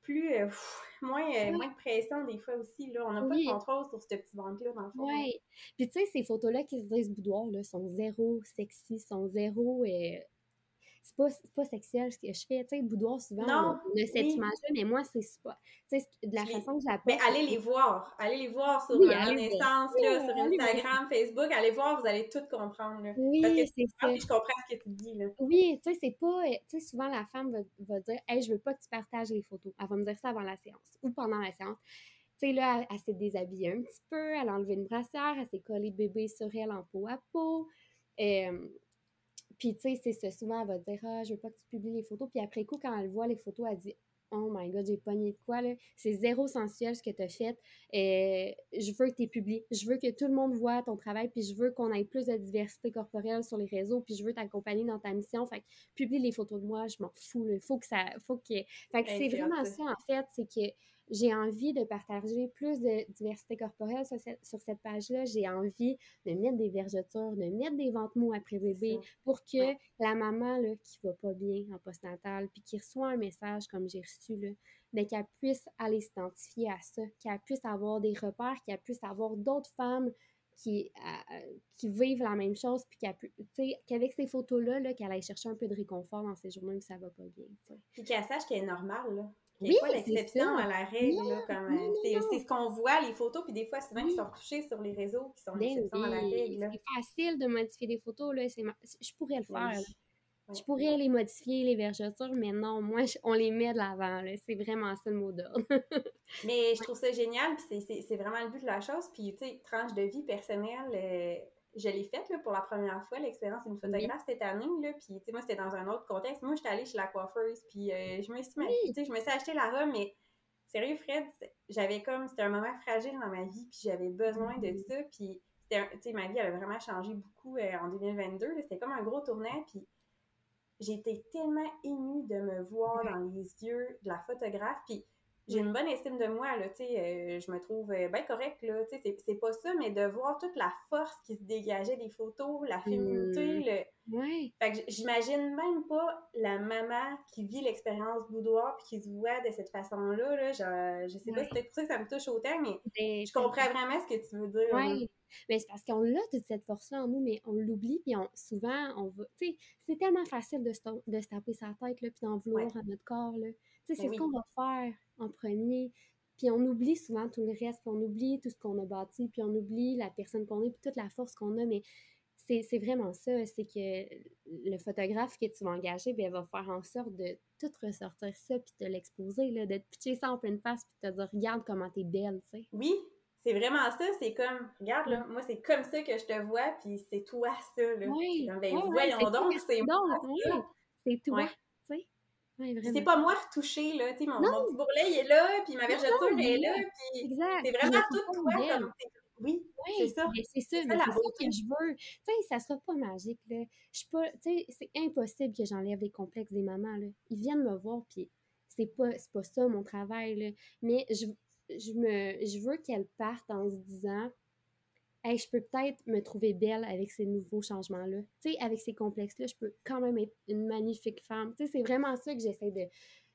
plus, euh, pff, moins, euh, Ouais. moins de pression des fois aussi, là. On n'a pas de Oui, contrôle sur ce petit ventre-là, dans le fond. là. ouais. Puis tu sais, ces photos-là qui se disent boudoir, là, sont zéro sexy, sont zéro... euh, c'est pas, c'est pas sexuel ce que je fais. Tu sais, boudoir, souvent, on a, Non, on a cette oui, image-là, mais moi, c'est c'est pas. Tu sais, de la je les... façon que je la Mais porte, c'est allez que. les voir. Allez les voir sur Oui, Maman allez voir. Naissance, là, Oui, sur allez voir. Instagram, Facebook. Allez voir, vous allez tout comprendre, là. Parce que Oui, tu c'est comprends, ça. puis je comprends ce que tu dis, là. Oui, tu sais, c'est pas. euh, Tu sais, souvent, la femme va, va dire, hey, je veux pas que tu partages les photos. Elle va me dire ça avant la séance ou pendant la séance. Tu sais, là, elle, elle s'est déshabillée un petit peu, elle a enlevé une brassière, elle s'est collée bébé sur elle en peau à peau. Euh, Puis, tu sais, c'est ça. Souvent, elle va dire, ah, je veux pas que tu publies les photos. Puis après coup, quand elle voit les photos, elle dit, oh my god, j'ai pogné de quoi, là. C'est zéro sensuel ce que tu as fait. Euh, je veux que tu publies. Je veux que tout le monde voit ton travail. Puis je veux qu'on ait plus de diversité corporelle sur les réseaux. Puis je veux t'accompagner dans ta mission. Fait que publie les photos de moi. Je m'en fous, là. Faut que ça. Faut que. Fait que Hey, c'est c'est hot, vraiment ça. ça, en fait. C'est que j'ai envie de partager plus de diversité corporelle sur cette, sur cette page-là. J'ai envie de mettre des vergetures, de mettre des ventres mous après C'est bébé ça. pour que Ouais. la maman là, qui va pas bien en postnatal, puis qui reçoit un message comme j'ai reçu, là, ben, qu'elle puisse aller s'identifier à ça, qu'elle puisse avoir des repères, qu'elle puisse avoir d'autres femmes qui, euh, qui vivent la même chose, puis qu'elle pu- tu sais, qu'avec ces photos-là, là, qu'elle aille chercher un peu de réconfort dans ces journées où ça va pas bien. tu sais. Puis qu'elle sache qu'elle est normale, là. Qu'elle Oui, n'est pas c'est ça. l'exception à la Non, règle, là. Comme, non, euh, non, c'est, c'est non. ce qu'on voit, les photos, puis des fois, souvent, qui Oui. sont touchés sur les réseaux, qui sont Ben l'exception à la oui, règle, là. c'est facile de modifier des photos, là. C'est ma- Je pourrais le Ben faire, là. oui. Je Ouais. pourrais les modifier, les vergetures, mais non, moi, je- on les met de l'avant, là. C'est vraiment ça le mot d'ordre. Mais je trouve ça génial, puis c'est, c'est, c'est vraiment le but de la chose. Puis, tu sais, tranche de vie personnelle, euh, je l'ai faite là, pour la première fois, l'expérience d'une Oui. photographe cette année. Là, puis, tu sais, moi, c'était dans un autre contexte. Moi, j'étais allée chez la coiffeuse, puis euh, je me suis maquillée. Oui. Tu sais, je me suis acheté la robe, mais sérieux, Fred, j'avais comme, c'était un moment fragile dans ma vie, puis j'avais besoin de Mhm. ça. Puis, c'était un- tu sais, ma vie, elle a vraiment changé beaucoup euh, en deux mille vingt-deux. Là, c'était comme un gros tournant, puis j'ai été tellement émue de me voir Ouais, dans les yeux de la photographe, puis j'ai ouais. une bonne estime de moi, là, tu sais, euh, je me trouve euh, bien correcte, là, tu sais, c'est, c'est pas ça, mais de voir toute la force qui se dégageait des photos, la féminité, Hmm. le... Ouais, Fait que j- j'imagine même pas la maman qui vit l'expérience boudoir puis qui se voit de cette façon-là, là, je, je sais pas, c'est ouais. peut-être pour ça que ça me touche autant, mais Ben, je tellement. comprends vraiment ce que tu veux dire, là. Ouais. Mais c'est parce qu'on l'a toute cette force-là en nous, mais on l'oublie, puis on, souvent, on va. Tu sais, c'est tellement facile de se, to- de se taper sa tête, là, puis d'en Ouais, vouloir à notre corps, là. Tu sais, ben c'est ce oui, qu'on va faire en premier. Puis on oublie souvent tout le reste, puis on oublie tout ce qu'on a bâti, puis on oublie la personne qu'on est, puis toute la force qu'on a, mais c'est c'est vraiment ça, c'est que le photographe que tu vas engager, bien, va faire en sorte de tout ressortir ça, puis te l'exposer, là, de te pitcher ça en pleine face, puis te dire, regarde comment t'es belle, tu sais. oui, c'est vraiment ça. C'est comme, regarde, Ouais, là, moi, c'est comme ça que je te vois, puis c'est toi, ça, là. C'est ouais, comme, ben, ouais, ouais, voyons c'est pas donc, c'est quelqu'un moi, d'autre, ça. ouais, c'est toi, Ouais. tu sais. Ouais, Puis c'est vraiment. pas moi retouché, là. Tu sais, mon, mon Non, petit bourrelet, il est là, puis ma non, non, vergeture il est est là, là. puis Exact. c'est Puis je vraiment le trouve tout pas toi, belle. comme t'es. Oui, c'est Oui, ça. mais c'est ça, C'est ça mais la c'est ça que beauté. je veux. Tu sais, ça sera pas magique, là. Je suis pas, tu sais, c'est impossible que j'enlève les complexes des mamans, là. Ils viennent me voir, puis c'est pas, c'est pas ça mon travail, là. Mais je, je me, je veux qu'elles partent en se disant, hey, je peux peut-être me trouver belle avec ces nouveaux changements-là. Tu sais, avec ces complexes-là, je peux quand même être une magnifique femme. Tu sais, c'est vraiment ça que j'essaie de.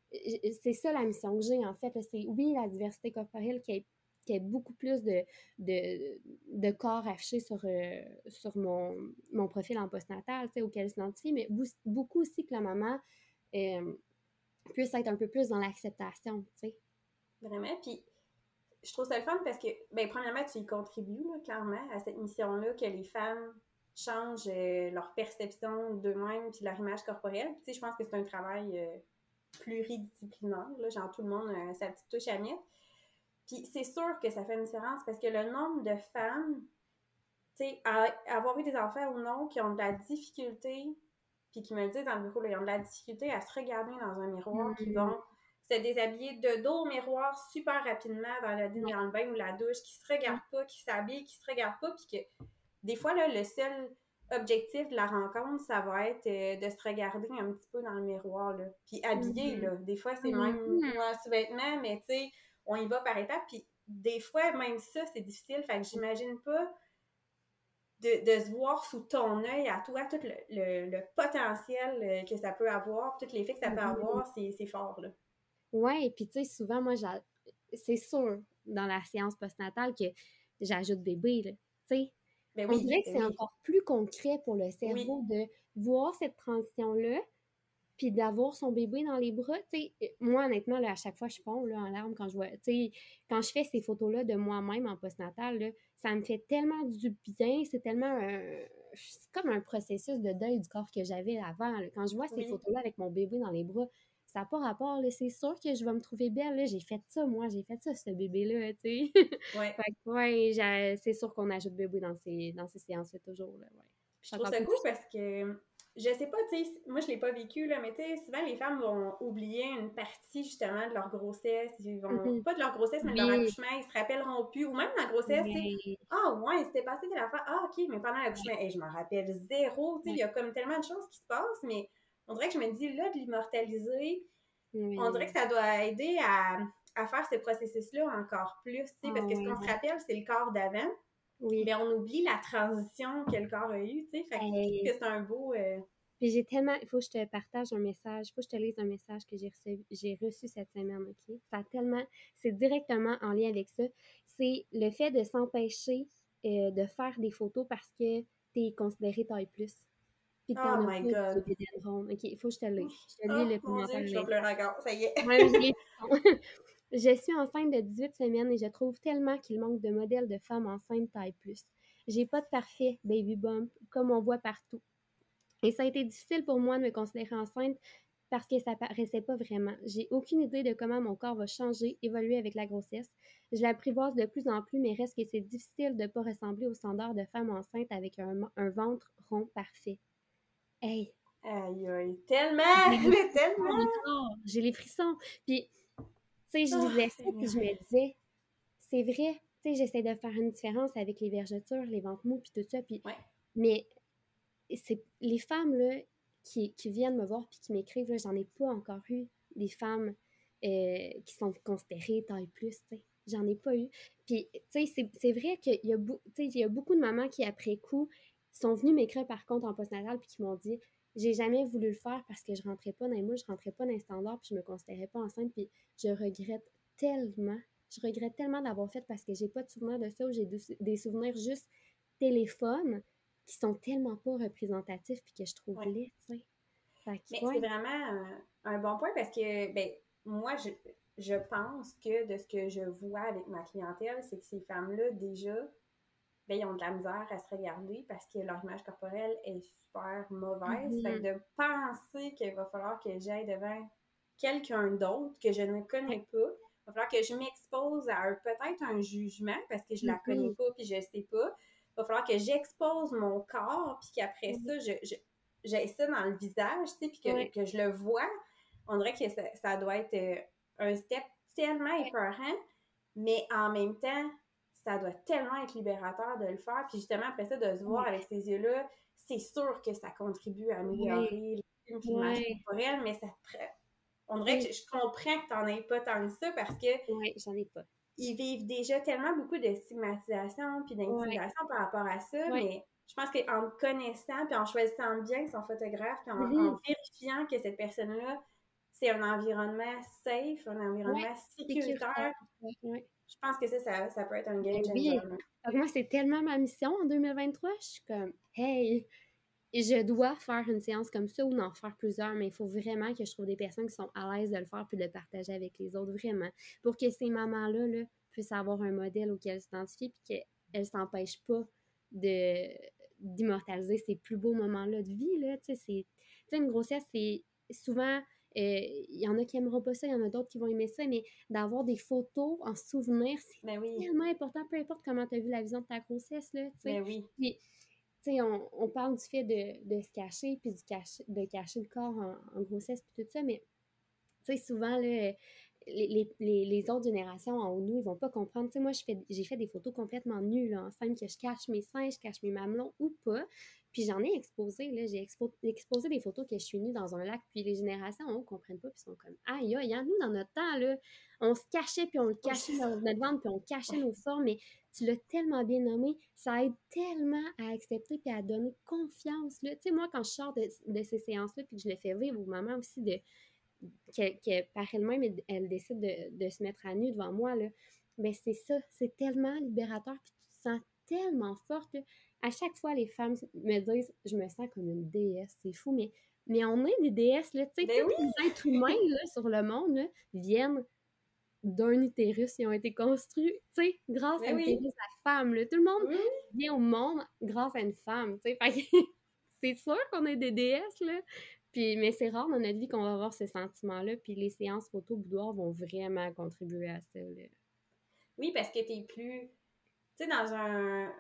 C'est ça la mission que j'ai, en fait. là. C'est, oui, la diversité corporelle qui est qui ait beaucoup plus de, de, de corps affichés sur, euh, sur mon, mon profil en postnatal, tu sais, auquel je s'identifie, mais bou- beaucoup aussi que la maman euh, puisse être un peu plus dans l'acceptation, tu sais. Vraiment. Puis je trouve ça le fun parce que, ben, premièrement, tu y contribues, là, clairement, à cette mission-là, que les femmes changent euh, leur perception d'eux-mêmes puis leur image corporelle. Puis, tu sais, je pense que c'est un travail euh, pluridisciplinaire, là, genre tout le monde a sa petite touche à mettre. Puis c'est sûr que ça fait une différence parce que le nombre de femmes, tu sais, à avoir eu des enfants ou non, qui ont de la difficulté, puis qui me le disent dans le bureau, là, ils ont de la difficulté à se regarder dans un miroir, qui Mm, vont se déshabiller de dos au miroir super rapidement avant d'aller ouais, dans le bain ou la douche, qui se ouais, regardent pas, qui s'habillent, qui se regardent pas, puis que des fois, là, le seul objectif de la rencontre, ça va être euh, de se regarder un petit peu dans le miroir, là. Puis habillé, mhm, là. Des fois, c'est même mhm, ou en sous-vêtements, mais tu sais, on y va par étapes, puis des fois, même ça, c'est difficile. Fait que j'imagine pas de, de se voir sous ton œil à toi, tout le, le, le potentiel euh, que ça peut avoir, tout l'effet que ça peut mhm. avoir, c'est, c'est fort, là. Ouais, puis tu sais, souvent, moi, j'a- c'est sûr, dans la séance postnatale, que j'ajoute bébé, là. Tu sais, Ben on oui, dirait que ben c'est oui, encore plus concret pour le oui, cerveau de voir cette transition-là, puis d'avoir son bébé dans les bras. Tu sais, euh, moi, honnêtement, là, à chaque fois, je fonds là, en larmes quand je vois, tu sais, quand je fais ces photos-là de moi-même en postnatal, là, ça me fait tellement du bien. C'est tellement un... C'est comme un processus de deuil du corps que j'avais avant, là. Quand je vois ces oui. photos-là avec mon bébé dans les bras, ça n'a pas rapport, là. C'est sûr que je vais me trouver belle, là. J'ai fait ça, moi. J'ai fait ça, ce bébé-là, tu sais. Ouais. Fait que, ouais, j'ai- c'est sûr qu'on ajoute bébé dans ces, dans ces séances-là, toujours, là, ouais. Puis je C'est trouve encore ça plus cool puissant. parce que, je sais pas, tu sais, moi je l'ai pas vécu, là, mais tu sais, souvent les femmes vont oublier une partie justement de leur grossesse. Ils vont, Mhm. pas de leur grossesse, mais de leur Oui, accouchement, ils se rappelleront plus. Ou même la grossesse, tu sais, mais... ah ouais, c'était passé telle affaire. Ah ok, mais pendant l'accouchement, hey, je m'en rappelle zéro. Tu sais, il Ouais, y a comme tellement de choses qui se passent, mais on dirait que je me dis, là, de l'immortaliser, on dirait ouais. que ça doit aider à, à faire ce processus-là encore plus, tu sais, Ah parce que ce ouais, qu'on se rappelle, c'est le corps d'avant. oui. Mais on oublie la transition que le corps a eue, tu sais. Fait que je trouve Hey. que c'est un beau. euh, Puis j'ai tellement... Il faut que je te partage un message. Il faut que je te lise un message que j'ai reçu, j'ai reçu cette semaine, OK? Ça a tellement... C'est directement en lien avec ça. C'est le fait de s'empêcher euh, de faire des photos parce que t'es considéré taille plus. Puis que Oh t'en as my pas de God. bédaine ronde. OK, il faut que je te le lise. Je te lis Oh le mon commentaire Dieu, à je vais l'intérieur. pleurer encore. Ça y est. Ouais, j'ai les frissons. Je suis enceinte de dix-huit semaines et je trouve tellement qu'il manque de modèles de femmes enceintes taille plus. J'ai pas de parfait baby bump comme on voit partout. Et ça a été difficile pour moi de me considérer enceinte parce que ça paraissait pas vraiment. J'ai aucune idée de comment mon corps va changer, évoluer avec la grossesse. Je l'apprivoise de plus en plus, mais reste que c'est difficile de pas ressembler aux standards de femmes enceintes avec un, un ventre rond parfait. Hey, Aïe, aïe. Tellement, j'ai les mais frissons tellement. encore, j'ai les frissons. Puis, tu sais, je Oh, lisais ça, puis Seigneur. je me disais, c'est vrai, tu sais, j'essaie de faire une différence avec les vergetures, les ventres mous, puis tout ça, puis, Ouais. mais c'est les femmes, là, qui, qui viennent me voir puis qui m'écrivent, là, j'en ai pas encore eu des femmes euh, qui sont considérées taille plus, tu sais. J'en ai pas eu. Puis, tu sais, c'est, c'est vrai qu'il y a, bou- tu sais, il y a beaucoup de mamans qui, après coup, sont venues m'écrire par contre en postnatal puis qui m'ont dit, j'ai jamais voulu le faire parce que je rentrais pas dans les moules, je rentrais pas dans les standards puis je me considérais pas enceinte puis je regrette tellement. Je regrette tellement d'avoir fait parce que j'ai pas de souvenirs de ça ou j'ai des des souvenirs juste téléphone qui sont tellement pas représentatifs puis que je trouve Ouais. laid, tu sais. Fait Mais que, c'est ouais. vraiment un, un bon point parce que, ben, moi, je, je pense que de ce que je vois avec ma clientèle, c'est que ces femmes-là, déjà, ben, ils ont de la misère à se regarder parce que leur image corporelle est super mauvaise. Fait que Mhm. de penser qu'il va falloir que j'aille devant quelqu'un d'autre que je ne Ouais. connais pas, il va falloir que je m'expose à un, peut-être un jugement parce que je la connais Mhm. pas puis je sais pas. Il va falloir que j'expose mon corps puis qu'après Ouais. ça, je, je, j'ai ça dans le visage, tu sais, puis que, Ouais. que je le vois. On dirait que ça, ça doit être euh, un step tellement Ouais. épeurant, mais en même temps, ça doit tellement être libérateur de le faire. Puis justement, après ça, de se voir Ouais. avec ces yeux-là, c'est sûr que ça contribue à Ouais. améliorer l'image Ouais. corporelle, mais ça te... On dirait que Oui. je comprends que t'en aies pas tant que ça parce que Ouais, j'en ai pas. ils vivent déjà tellement beaucoup de stigmatisation puis Ouais. d'intimidation par rapport à ça, Ouais. mais je pense qu'en me connaissant puis en choisissant bien son photographe puis en, en Mhm. vérifiant que cette personne-là, c'est un environnement safe, un Ouais. environnement Sécuritaire. sécuritaire, Ouais. Ouais. je pense que ça, ça, ça peut être un game Ben changer. oui. Donc moi, c'est tellement ma mission en deux mille vingt-trois. Je suis comme, hey, je dois faire une séance comme ça ou en faire plusieurs, mais il faut vraiment que je trouve des personnes qui sont à l'aise de le faire puis de le partager avec les autres, vraiment. Pour que ces mamans-là là, puissent avoir un modèle auquel s'identifier puis qu'elles ne s'empêchent pas de d'immortaliser ces plus beaux moments-là de vie. Là. Tu sais, c'est, tu sais, une grossesse, c'est souvent... euh, Il y en a qui n'aimeront pas ça, il y en a d'autres qui vont aimer ça, mais d'avoir des photos en souvenir, c'est Mais oui, tellement important, peu importe comment tu as vu la vision de ta grossesse. Là, tu sais. mais oui. Puis, tu sais, on, on parle du fait de, de se cacher, puis du cacher, de cacher le corps en, en grossesse, puis tout ça, mais tu sais, souvent, là, les, les, les, les autres générations en haut de nous, ils vont pas comprendre. Tu sais, moi, je fais, j'ai fait des photos complètement nues, là, enceinte, que je cache mes seins, je cache mes mamelons ou pas. Puis j'en ai exposé, là, j'ai expo- exposé des photos que je suis nue dans un lac, puis les générations en haut comprennent pas, puis sont comme, aïe, aïe, hein, nous, dans notre temps, là, on se cachait, puis on le Oui, cachait c'est ça. dans notre ventre, puis on cachait Ouais. nos formes, mais tu l'as tellement bien nommé, ça aide tellement à accepter puis à donner confiance, là. Tu sais, moi, quand je sors de, de ces séances-là, puis que je le fais vivre aux mamans aussi, de que, que par elle-même, elle, elle décide de, de se mettre à nu devant moi, là, ben c'est ça, c'est tellement libérateur, puis tu te sens tellement forte, là. À chaque fois, les femmes me disent « je me sens comme une déesse », c'est fou, mais, mais on est des déesses, là, tu sais, Ben tous oui! les êtres humains, là, sur le monde, là, viennent d'un utérus, ils ont été construits, tu sais, grâce à Ben oui! l'utérus de la femme, là. Tout le monde Oui, oui! vient au monde grâce à une femme, tu sais, fait que c'est sûr qu'on est des déesses, là. Puis, mais c'est rare dans notre vie qu'on va avoir ce sentiment-là, puis les séances photo boudoir vont vraiment contribuer à ça, là. Oui, parce que t'es plus... Tu sais, dans un,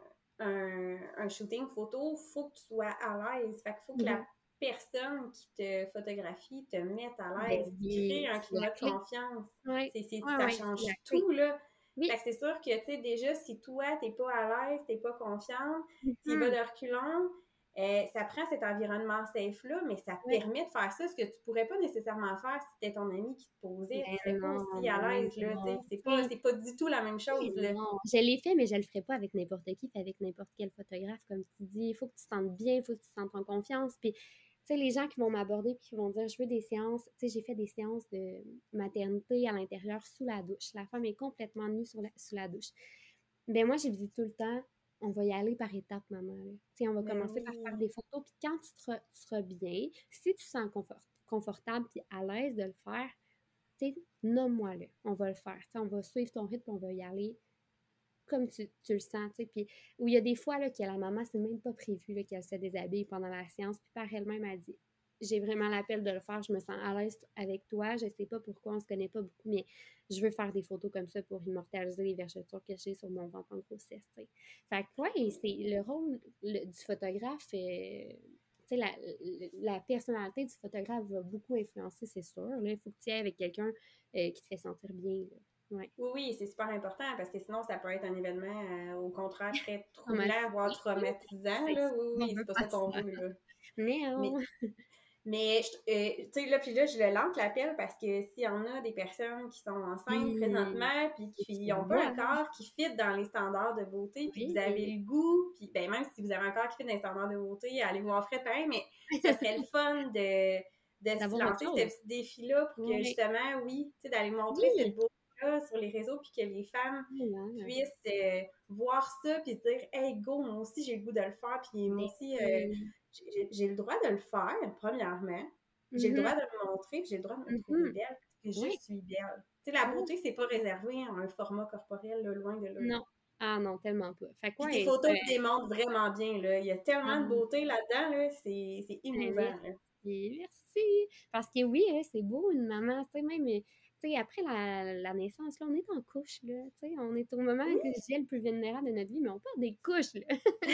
un, un shooting photo, il faut que tu sois à l'aise. Fait qu'il faut que la Mhm. personne qui te photographie te mette à Ben l'aise, crée oui, un c'est la climat de clé. confiance. Ouais, C'est, c'est, ouais, ça ouais, change c'est la clé. tout, là. Oui. Fait que c'est sûr que, tu sais, déjà, si toi, t'es pas à l'aise, t'es pas confiante, tu y vas Mhm. de reculons, euh, ça prend cet environnement safe-là, mais ça te Ouais. permet de faire ça, ce que tu pourrais pas nécessairement faire si c'était ton ami qui te posait. Tu Ben serais pas non, aussi à ben l'aise, là, tu sais. non. C'est Tu pas, sais, c'est pas du tout la même chose, là. non, je l'ai fait, mais je le ferai pas avec n'importe qui, puis avec n'importe quel photographe, comme tu dis. Il faut que tu te sentes bien, il faut que tu te sentes en confiance. Puis, tu sais, les gens qui vont m'aborder puis qui vont dire, je veux des séances, tu sais, j'ai fait des séances de maternité à l'intérieur sous la douche. La femme est complètement nue sur la- sous la douche. Ben moi, j'ai dit tout le temps, on va y aller par étapes, maman, là. Tu sais, on va Ben commencer par faire oui. des photos, puis quand tu seras, tu seras bien, si tu te sens confort- confortable puis à l'aise de le faire, tu sais, nomme-moi là, on va le faire. Tu sais, on va suivre ton rythme, on va y aller comme tu, tu le sens, tu sais. Puis, où il y a des fois là, que la maman, c'est même pas prévu là, qu'elle se déshabille pendant la séance, puis par elle-même, elle dit j'ai vraiment l'appel de le faire, je me sens à l'aise avec toi, je sais pas pourquoi, on se connaît pas beaucoup, mais je veux faire des photos comme ça pour immortaliser les vergetures que j'ai sur mon ventre en grossesse, tu sais. Fait que, ouais, c'est le rôle le- du photographe, euh, tu sais, la, la personnalité du photographe va beaucoup influencer, c'est sûr. Là. Il faut que tu y ailles avec quelqu'un euh, qui te fait sentir bien. Là. Ouais. Oui, oui, c'est super important parce que sinon, ça peut être un événement, euh, au contraire, très troublant, voire Traumatisé. traumatisant, C'est là. ça. Oui, On oui, veut c'est pas pas ça qu'on ça. veut, là. Mais Mais, on... mais je- euh, tu sais, là, puis là, je le lance l'appel parce que s'il y en a des personnes qui sont enceintes Oui. présentement, puis Et qui qui n'ont pas un voit. corps qui fit dans les standards de beauté, puis que vous avez Oui. le goût, puis ben, même si vous avez un corps qui fit dans les standards de beauté, allez vous offrir pareil, mais ce serait le fun de, de se D'avoir autre lancer ce chose. petit défi-là pour que Oui. justement, oui, tu sais, d'aller montrer cette Oui. beauté-là sur les réseaux, puis que les femmes Voilà. puissent euh, voir ça, puis se dire « Hey, go, moi aussi, j'ai le goût de le faire, puis moi Mais aussi, euh, oui. j'ai j'ai le droit de le faire, premièrement. J'ai le Mhm. droit de me montrer, puis j'ai le droit de me trouver Mhm. belle, parce que je Oui. suis belle. » Tu sais, la Oui. beauté, c'est pas réservé à un format corporel, là, loin de là. Non. Ah non, tellement pas. Fait que Puis tes ouais, photos c'est... le démontrent vraiment bien, là. Il y a Ah, tellement de beauté là-dedans, là, c'est c'est ben, émouvant, là. merci. Merci. Parce que oui, hein, c'est beau, une maman. Tu sais, même, euh, tu sais, après la, la naissance, là, on est en couche, là. Tu sais, on est au moment Oui! que je dirais le plus vulnérable de notre vie, mais on porte des couches, là.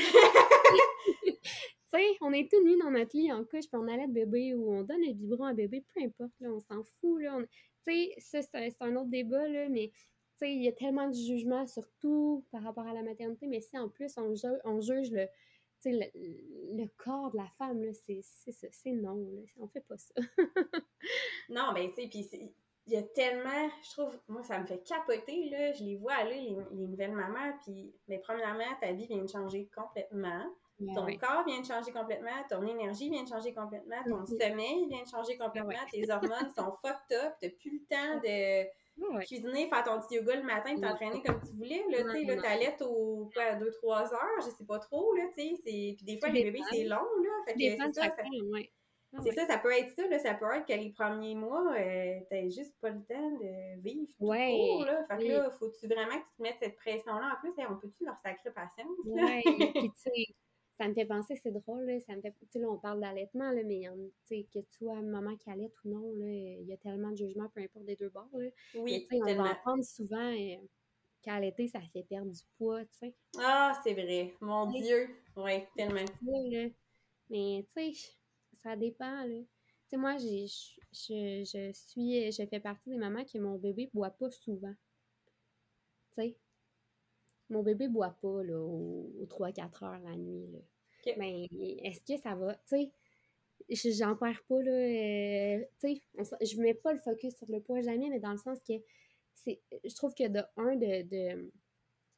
Tu sais, on est tout nus dans notre lit en couche, puis on allait de bébé ou on donne le biberon à bébé, peu importe, là, on s'en fout, là. on- Tu sais, ça, c'est un, c'est un autre débat, là, mais tu sais, il y a tellement de jugements sur tout par rapport à la maternité, mais si en plus on, ju- on juge le, tu sais, le, le corps de la femme, là, c'est c'est ça, c'est non, là, on fait pas ça. Non, ben, tu sais, puis c'est- il y a tellement, je trouve, moi, ça me fait capoter, là. Je les vois aller, les, les nouvelles mamans, puis, mais premièrement, ta vie vient de changer complètement. Ouais, Ton ouais. corps vient de changer complètement, ton énergie vient de changer complètement, ton Mhm. sommeil vient de changer Ah ouais. complètement, tes hormones sont fucked up, t'as plus le temps de Ah ouais. cuisiner, faire ton petit yoga le matin, puis Non, t'entraîner comme tu voulais, là, non, tu sais, là, non. t'allaites au, quoi, deux trois heures, je sais pas trop, là, tu sais, c'est... Puis des fois, Tout les bébés, dépend, c'est long, là, tout fait que dépend c'est de ça, chacun, ça ouais. Ah c'est ouais. ça, ça peut être ça, là, ça peut être que les premiers mois, euh, t'as juste pas le temps de vivre tout court, Ouais, là. Fait que oui. là, faut-tu vraiment que tu te mettes cette pression-là? En plus, hey, on peut-tu leur sacrer patience, là? Ouais, puis tu sais, ça me fait penser, c'est drôle, là, ça me fait, tu sais, là, on parle d'allaitement, là, mais il y en- tu sais, que tu sois maman qui allaite ou non, là, il y a tellement de jugements, peu importe des deux bords, là. Mais tu Oui, sais, on va tellement. entendre souvent euh, qu'allaiter, ça fait perdre du poids, tu sais. Ah, c'est vrai. Mon Tu sais, Dieu. Oui, tellement. là, mais tu sais, ça dépend, là. Tu sais, moi, j'ai, je, je je suis, je fais partie des mamans qui, mon bébé boit pas souvent, tu sais. Mon bébé boit pas, là, aux, aux trois quatre heures la nuit, là. OK. Mais est-ce que ça va, tu sais, je- j'en perds pas, là, euh, tu sais, on s- je mets pas le focus sur le poids jamais, mais dans le sens que c'est, je trouve que de un, de, de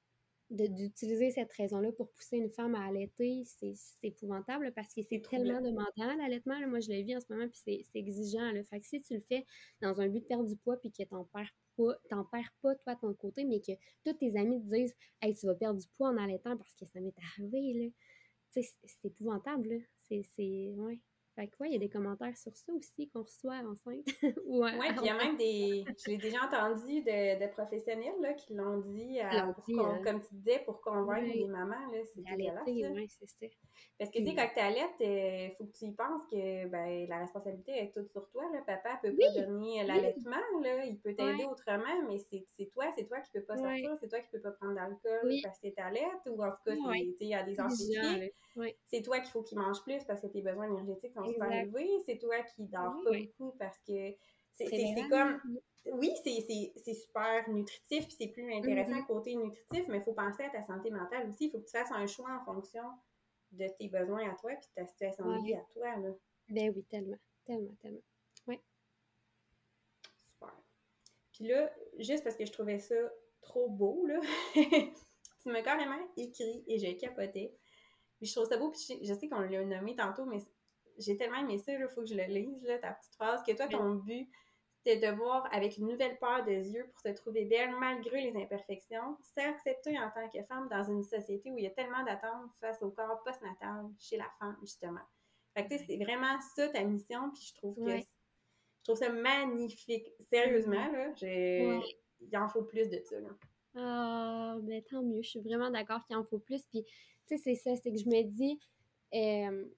de, d'utiliser cette raison-là pour pousser une femme à allaiter, c'est, c'est épouvantable parce que c'est C'est troublant. tellement demandant, l'allaitement. Là. Moi, je le vis en ce moment, puis c'est, c'est exigeant. Là. Fait que si tu le fais dans un but de perdre du poids, puis que t'en perds pas, t'en perds pas, toi, de ton côté, mais que tous tes amis te disent « Hey, tu vas perdre du poids en allaitant parce que ça m'est arrivé, là. » Tu sais, c'est, c'est épouvantable, là. C'est, c'est, ouais. Fait que, ouais, il y a des commentaires sur ça aussi qu'on reçoit enceinte. ou Oui, puis il y a même des, je l'ai déjà entendu de, de professionnels là, qui l'ont dit, à, l'ont pour dit, con- hein. comme tu disais, pour convaincre Ouais, des mamans, là, c'est dégueulasse, d'allaiter, là. ouais, c'est ça. Parce que, tu sais, Puis, quand tu allaites, il faut que tu y penses que ben, la responsabilité est toute sur toi. Là. Papa peut pas oui, donner oui, l'allaitement, là. Il peut t'aider ouais, autrement, mais c'est c'est toi, c'est toi qui peux pas ouais, sortir, c'est toi qui peux pas prendre d'alcool oui, parce que t'allaites, ou en tout cas, c'est, ouais. tu sais, il y a des C'est exigeant, là. spécifiques. Ouais, C'est toi qu'il faut qu'il mange plus parce que tes besoins énergétiques sont super exact. élevés. C'est toi qui dors pas Ouais, beaucoup parce que c'est c'est- c'est préférable, comme... là. Oui, c'est c'est- c'est super nutritif, puis c'est plus intéressant Mhm. côté nutritif, mais il faut penser à ta santé mentale aussi. Il faut que tu fasses un choix en fonction de tes besoins à toi puis de ta situation de vie Ouais. à toi, là. Ben oui, tellement, tellement, tellement. Ouais. Super. Puis là, juste parce que je trouvais ça trop beau, là, tu m'as carrément écrit et j'ai capoté. Puis je trouve ça beau, puis je, je sais qu'on l'a nommé tantôt, mais j'ai tellement aimé ça, il faut que je le lise, là, ta petite phrase, que toi, Ben, ton but, c'était de voir avec une nouvelle paire de yeux pour se trouver belle malgré les imperfections, s'accepter en tant que femme dans une société où il y a tellement d'attentes face au corps postnatal chez la femme, justement. Fait que, tu sais, c'est vraiment ça ta mission, puis je trouve que ouais. je trouve ça magnifique. Mhm. Sérieusement, là, j'ai... Ouais. il en faut plus de ça, là. Ah, ben tant mieux. Je suis vraiment d'accord qu'il en faut plus. Puis, tu sais, c'est ça, c'est que je me dis, euh,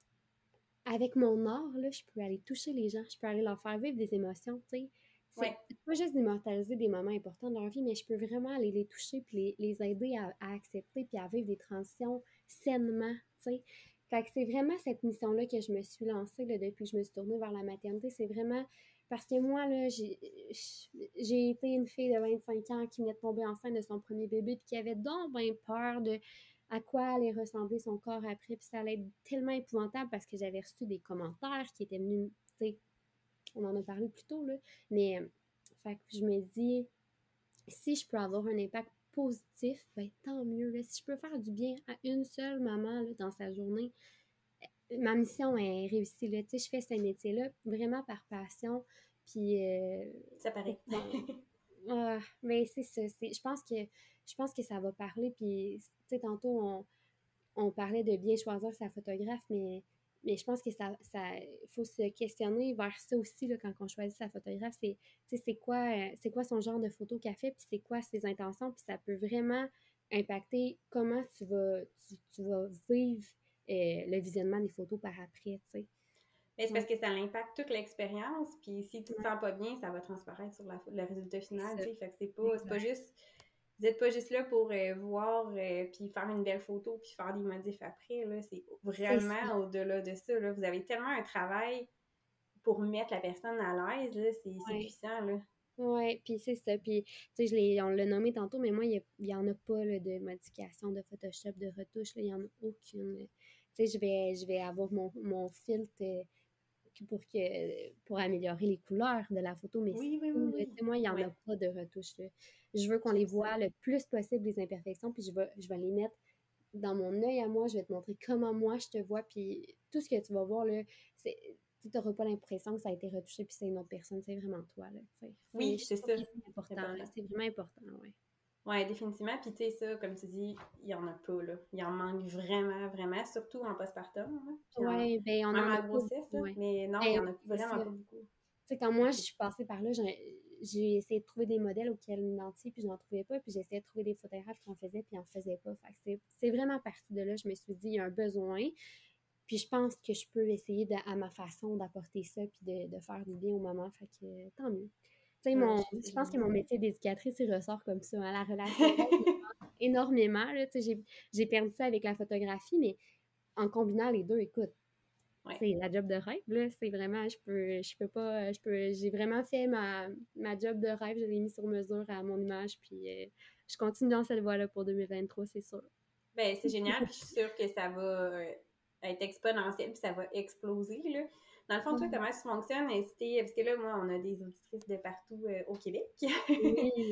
avec mon art, là, je peux aller toucher les gens, je peux aller leur faire vivre des émotions, tu sais. C'est Ouais, pas juste d'immortaliser des moments importants de leur vie, mais je peux vraiment aller les toucher puis les, les aider à, à accepter puis à vivre des transitions sainement, tu sais. Fait que c'est vraiment cette mission-là que je me suis lancée là, depuis que je me suis tournée vers la maternité. C'est vraiment parce que moi, là, j'ai j'ai été une fille de vingt-cinq ans qui venait de tomber enceinte de son premier bébé puis qui avait donc bien peur de à quoi allait ressembler son corps après, puis ça allait être tellement épouvantable parce que j'avais reçu des commentaires qui étaient venus, tu sais, on en a parlé plus tôt, là, mais, euh, fait que je me dis, si je peux avoir un impact positif, ben tant mieux, là. Si je peux faire du bien à une seule maman, là, dans sa journée, ma mission est réussie, là, tu sais, je fais ce métier-là vraiment par passion, puis, euh, ça paraît. bon, ah, mais c'est ça, c'est, je pense que, je pense que ça va parler, puis, tu sais, tantôt, on on parlait de bien choisir sa photographe, mais, mais je pense que ça, ça faut se questionner vers ça aussi là, quand on choisit sa photographe. C'est, c'est quoi, euh, c'est quoi son genre de photo qu'elle fait, puis c'est quoi ses intentions, puis ça peut vraiment impacter comment tu vas, tu, tu vas vivre euh, le visionnement des photos par après, tu sais. Mais c'est Ouais, parce que ça impacte toute l'expérience, puis si tu te ouais, sens pas bien, ça va transparaître sur la, le résultat c'est final, ça. tu sais. Fait que c'est pas, c'est pas Exact. juste... Vous êtes pas juste là pour euh, voir, euh, puis faire une belle photo, puis faire des modifs après, là. C'est C'est ça. vraiment au-delà de ça, là. Vous avez tellement un travail pour mettre la personne à l'aise, là. C'est c'est Ouais. puissant, là. Ouais, puis c'est ça. Puis, tu sais, je l'ai- on l'a nommé tantôt, mais moi, il n'y en a pas là, de modification, de Photoshop, de retouche. là, Il n'y en a aucune. là. Tu sais, je vais, je vais avoir mon, mon filtre euh, que- pour, que, pour améliorer les couleurs de la photo, mais c'est Oui, oui, tout. oui, là. Tu oui. sais, moi, il n'y en a Ouais, pas de retouche. là. Je veux qu'on les j'aime ça. voit le plus possible, les imperfections, puis je vais, je vais les mettre dans mon œil à moi. Je vais te montrer comment moi je te vois, puis tout ce que tu vas voir, là, c'est tu n'auras pas l'impression que ça a été retouché puis c'est une autre personne, c'est vraiment toi, là, tu sais. C'est, Oui, je c'est trouve ça. que c'est C'est important, là, important. c'est vraiment important, ouais. Ouais, définitivement. Puis, tu sais, ça, comme tu dis, il y en a pas, là. Il en manque vraiment, vraiment, surtout en postpartum, là. Puis en... Ouais, ben on même en a en pas grossesse, beaucoup, là. ouais. Mais non, il y Ben en oui, a c'est ça. vraiment pas Tu beaucoup. sais, quand moi je suis passée par là, j'ai, j'ai essayé de trouver des modèles auxquels m'identifier, puis je n'en trouvais pas, puis j'essayais de trouver des photographes qui en faisaient, puis ils en faisaient pas. Fait que c'est, c'est vraiment parti de là, je me suis dit, il y a un besoin, puis je pense que je peux essayer de, à ma façon d'apporter ça, puis de, de faire du bien aux mamans, fait que euh, tant mieux. Tu sais, Ouais, mon, je trouve ça je pense que génial. mon métier d'éducatrice, il ressort comme ça, hein, la relation d'aide me manque énormément, là, tu sais, j'ai, j'ai perdu ça avec la photographie, mais en combinant les deux, écoute, Ouais. c'est la job de rêve, là, c'est vraiment, je peux, je peux pas, je peux, j'ai vraiment fait ma, ma job de rêve, je l'ai mis sur mesure à mon image, puis euh, je continue dans cette voie-là pour deux mille vingt-trois, c'est sûr. Ben, c'est génial, puis je suis sûre que ça va euh, être exponentiel, puis ça va exploser, là. Dans le fond, toi, comment ça fonctionne? Est-ce que- Parce que là, moi, on a des auditrices de partout euh, au Québec. Oui.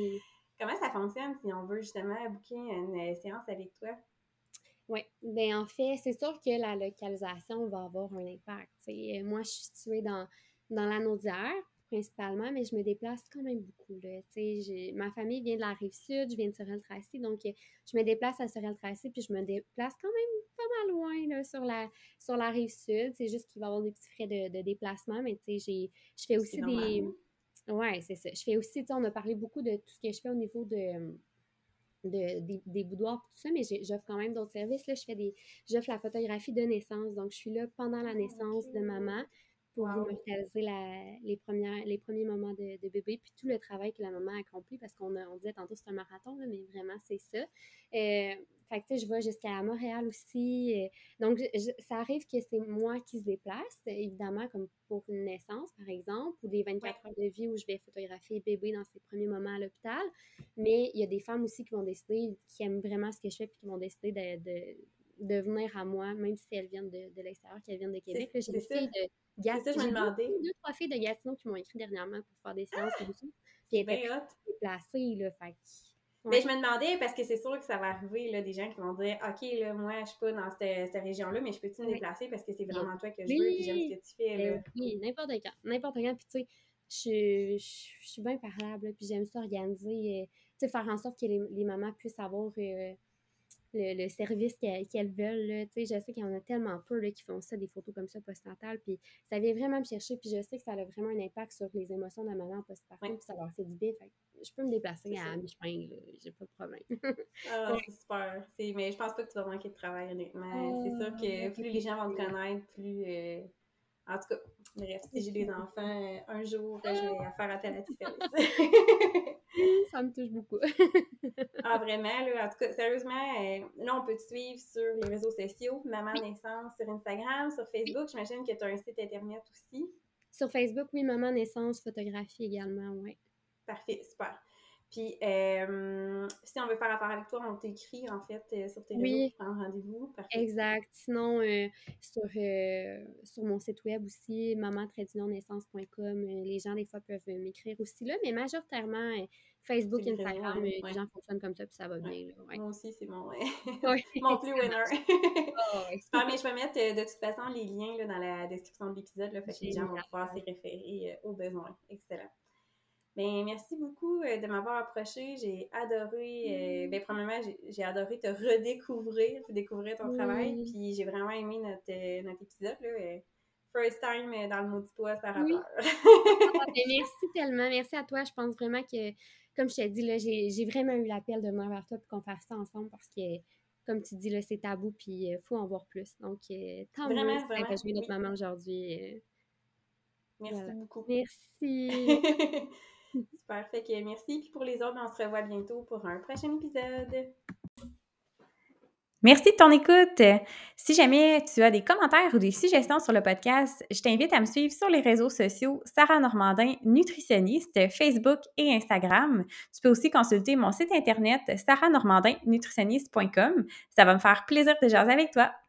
Comment ça fonctionne si on veut justement booker une séance avec toi? Oui, bien en fait, c'est sûr que la localisation va avoir un impact. T'sais. Moi, je suis située dans, dans la Naudière, principalement, mais je me déplace quand même beaucoup. Là. J'ai, ma famille vient de la Rive-Sud, je viens de Sorel-Tracy, donc je me déplace à Sorel-Tracy, puis je me déplace quand même pas mal loin là, sur, la, sur la Rive-Sud. C'est juste qu'il va y avoir des petits frais de, de déplacement, mais j'ai, je fais aussi des... Oui, c'est ça. Je fais aussi, on a parlé beaucoup de tout ce que je fais au niveau de... De, des, des boudoirs tout ça, mais j'offre quand même d'autres services. Là, je fais des, j'offre la photographie de naissance. Donc, je suis là pendant la naissance okay. de maman pour wow. immortaliser la, les, premières, les premiers moments de, de bébé, puis tout le travail que la maman a accompli, parce qu'on a, on disait tantôt c'est un marathon, là, mais vraiment, c'est ça. Euh, fait que, tu sais, je vais jusqu'à Montréal aussi. Euh, donc, je, ça arrive que c'est moi qui se déplace, évidemment, comme pour une naissance, par exemple, ou des vingt-quatre ouais. heures de vie où je vais photographier bébé dans ses premiers moments à l'hôpital. Mais il y a des femmes aussi qui vont décider, qui aiment vraiment ce que je fais, puis qui vont décider de, de, de venir à moi, même si elles viennent de, de l'extérieur, qu'elles viennent de Québec. Là, j'ai des filles de Gatineau. C'est ça, je me demandais. Deux, deux, trois filles de Gatineau qui m'ont écrit dernièrement pour faire des séances ah! et tout. Puis elles étaient déplacées, là, fait ouais. Mais je me demandais, parce que c'est sûr que ça va arriver, là, des gens qui vont dire « OK, là, moi, je suis pas dans cette, cette région-là, mais je peux-tu me déplacer parce que c'est vraiment toi que je veux, puis j'aime ce que tu fais. » là. Oui, n'importe quand. N'importe quand, puis tu sais, je, je, je suis bien parlable, puis j'aime ça organiser, euh, tu sais, faire en sorte que les, les mamans puissent avoir euh, le, le service qu'elles, qu'elles veulent, là. Tu sais, je sais qu'il y en a tellement peu, là, qui font ça, des photos comme ça postnatales, puis ça vient vraiment me chercher, puis je sais que ça a vraiment un impact sur les émotions de la maman postpartum, ouais. puis ça leur fait du bien, fait que je peux me déplacer à mi-chemin, là, j'ai pas de problème. Ah, c'est super, c'est, mais je pense pas que tu vas manquer de travail, honnêtement. Oh, c'est sûr que plus les gens vont te connaître, plus... Euh... En tout cas, bref, si j'ai des enfants, un jour, je vais faire appel à tes services. Ça me touche beaucoup. Ah, vraiment, là, en tout cas, sérieusement, euh, là, on peut te suivre sur les réseaux sociaux, Maman oui. Naissance, sur Instagram, sur Facebook. Oui. J'imagine que tu as un site Internet aussi. Sur Facebook, oui, Maman Naissance, photographie également, oui. Parfait, super. Puis, euh, si on veut faire affaire avec toi, on t'écrit, en fait, euh, sur tes oui. réseaux pour prendre rendez-vous. Parfait. Exact. Sinon, euh, sur, euh, sur mon site web aussi, maman tiret naissance point com, euh, les gens, des fois, peuvent m'écrire aussi là, mais majoritairement, euh, Facebook, c'est Instagram, euh, ouais. les gens fonctionnent comme ça, puis ça va bien. Ouais. Là, ouais. Moi aussi, c'est mon, ouais. mon plus winner. Oh, ouais. Super, mais je vais mettre, euh, de toute façon, les liens là, dans la description de l'épisode, là, fait que les gens vont pouvoir s'y référer euh, aux besoins. Excellent. Bien, merci beaucoup euh, de m'avoir approché. J'ai adoré, euh, bien, premièrement, j'ai, j'ai adoré te redécouvrir, découvrir ton oui. travail, puis j'ai vraiment aimé notre, euh, notre épisode, là. Euh, first time euh, dans le Maudit Poids, ça rappelle. Oui. Ah, ben, merci tellement, merci à toi. Je pense vraiment que, comme je t'ai dit, là, j'ai, j'ai vraiment eu l'appel de venir vers toi pour qu'on fasse ça ensemble parce que, comme tu dis, là, c'est tabou, puis il euh, faut en voir plus. Donc, euh, tant mieux, vraiment, vraiment, que je vais notre oui. maman aujourd'hui. Euh, merci voilà. beaucoup. Merci. Super, fait que merci. Puis pour les autres, on se revoit bientôt pour un prochain épisode. Merci de ton écoute. Si jamais tu as des commentaires ou des suggestions sur le podcast, je t'invite à me suivre sur les réseaux sociaux Sarah Normandin, nutritionniste, Facebook et Instagram. Tu peux aussi consulter mon site internet sarah normandin nutritionniste point com. Ça va me faire plaisir de jaser avec toi.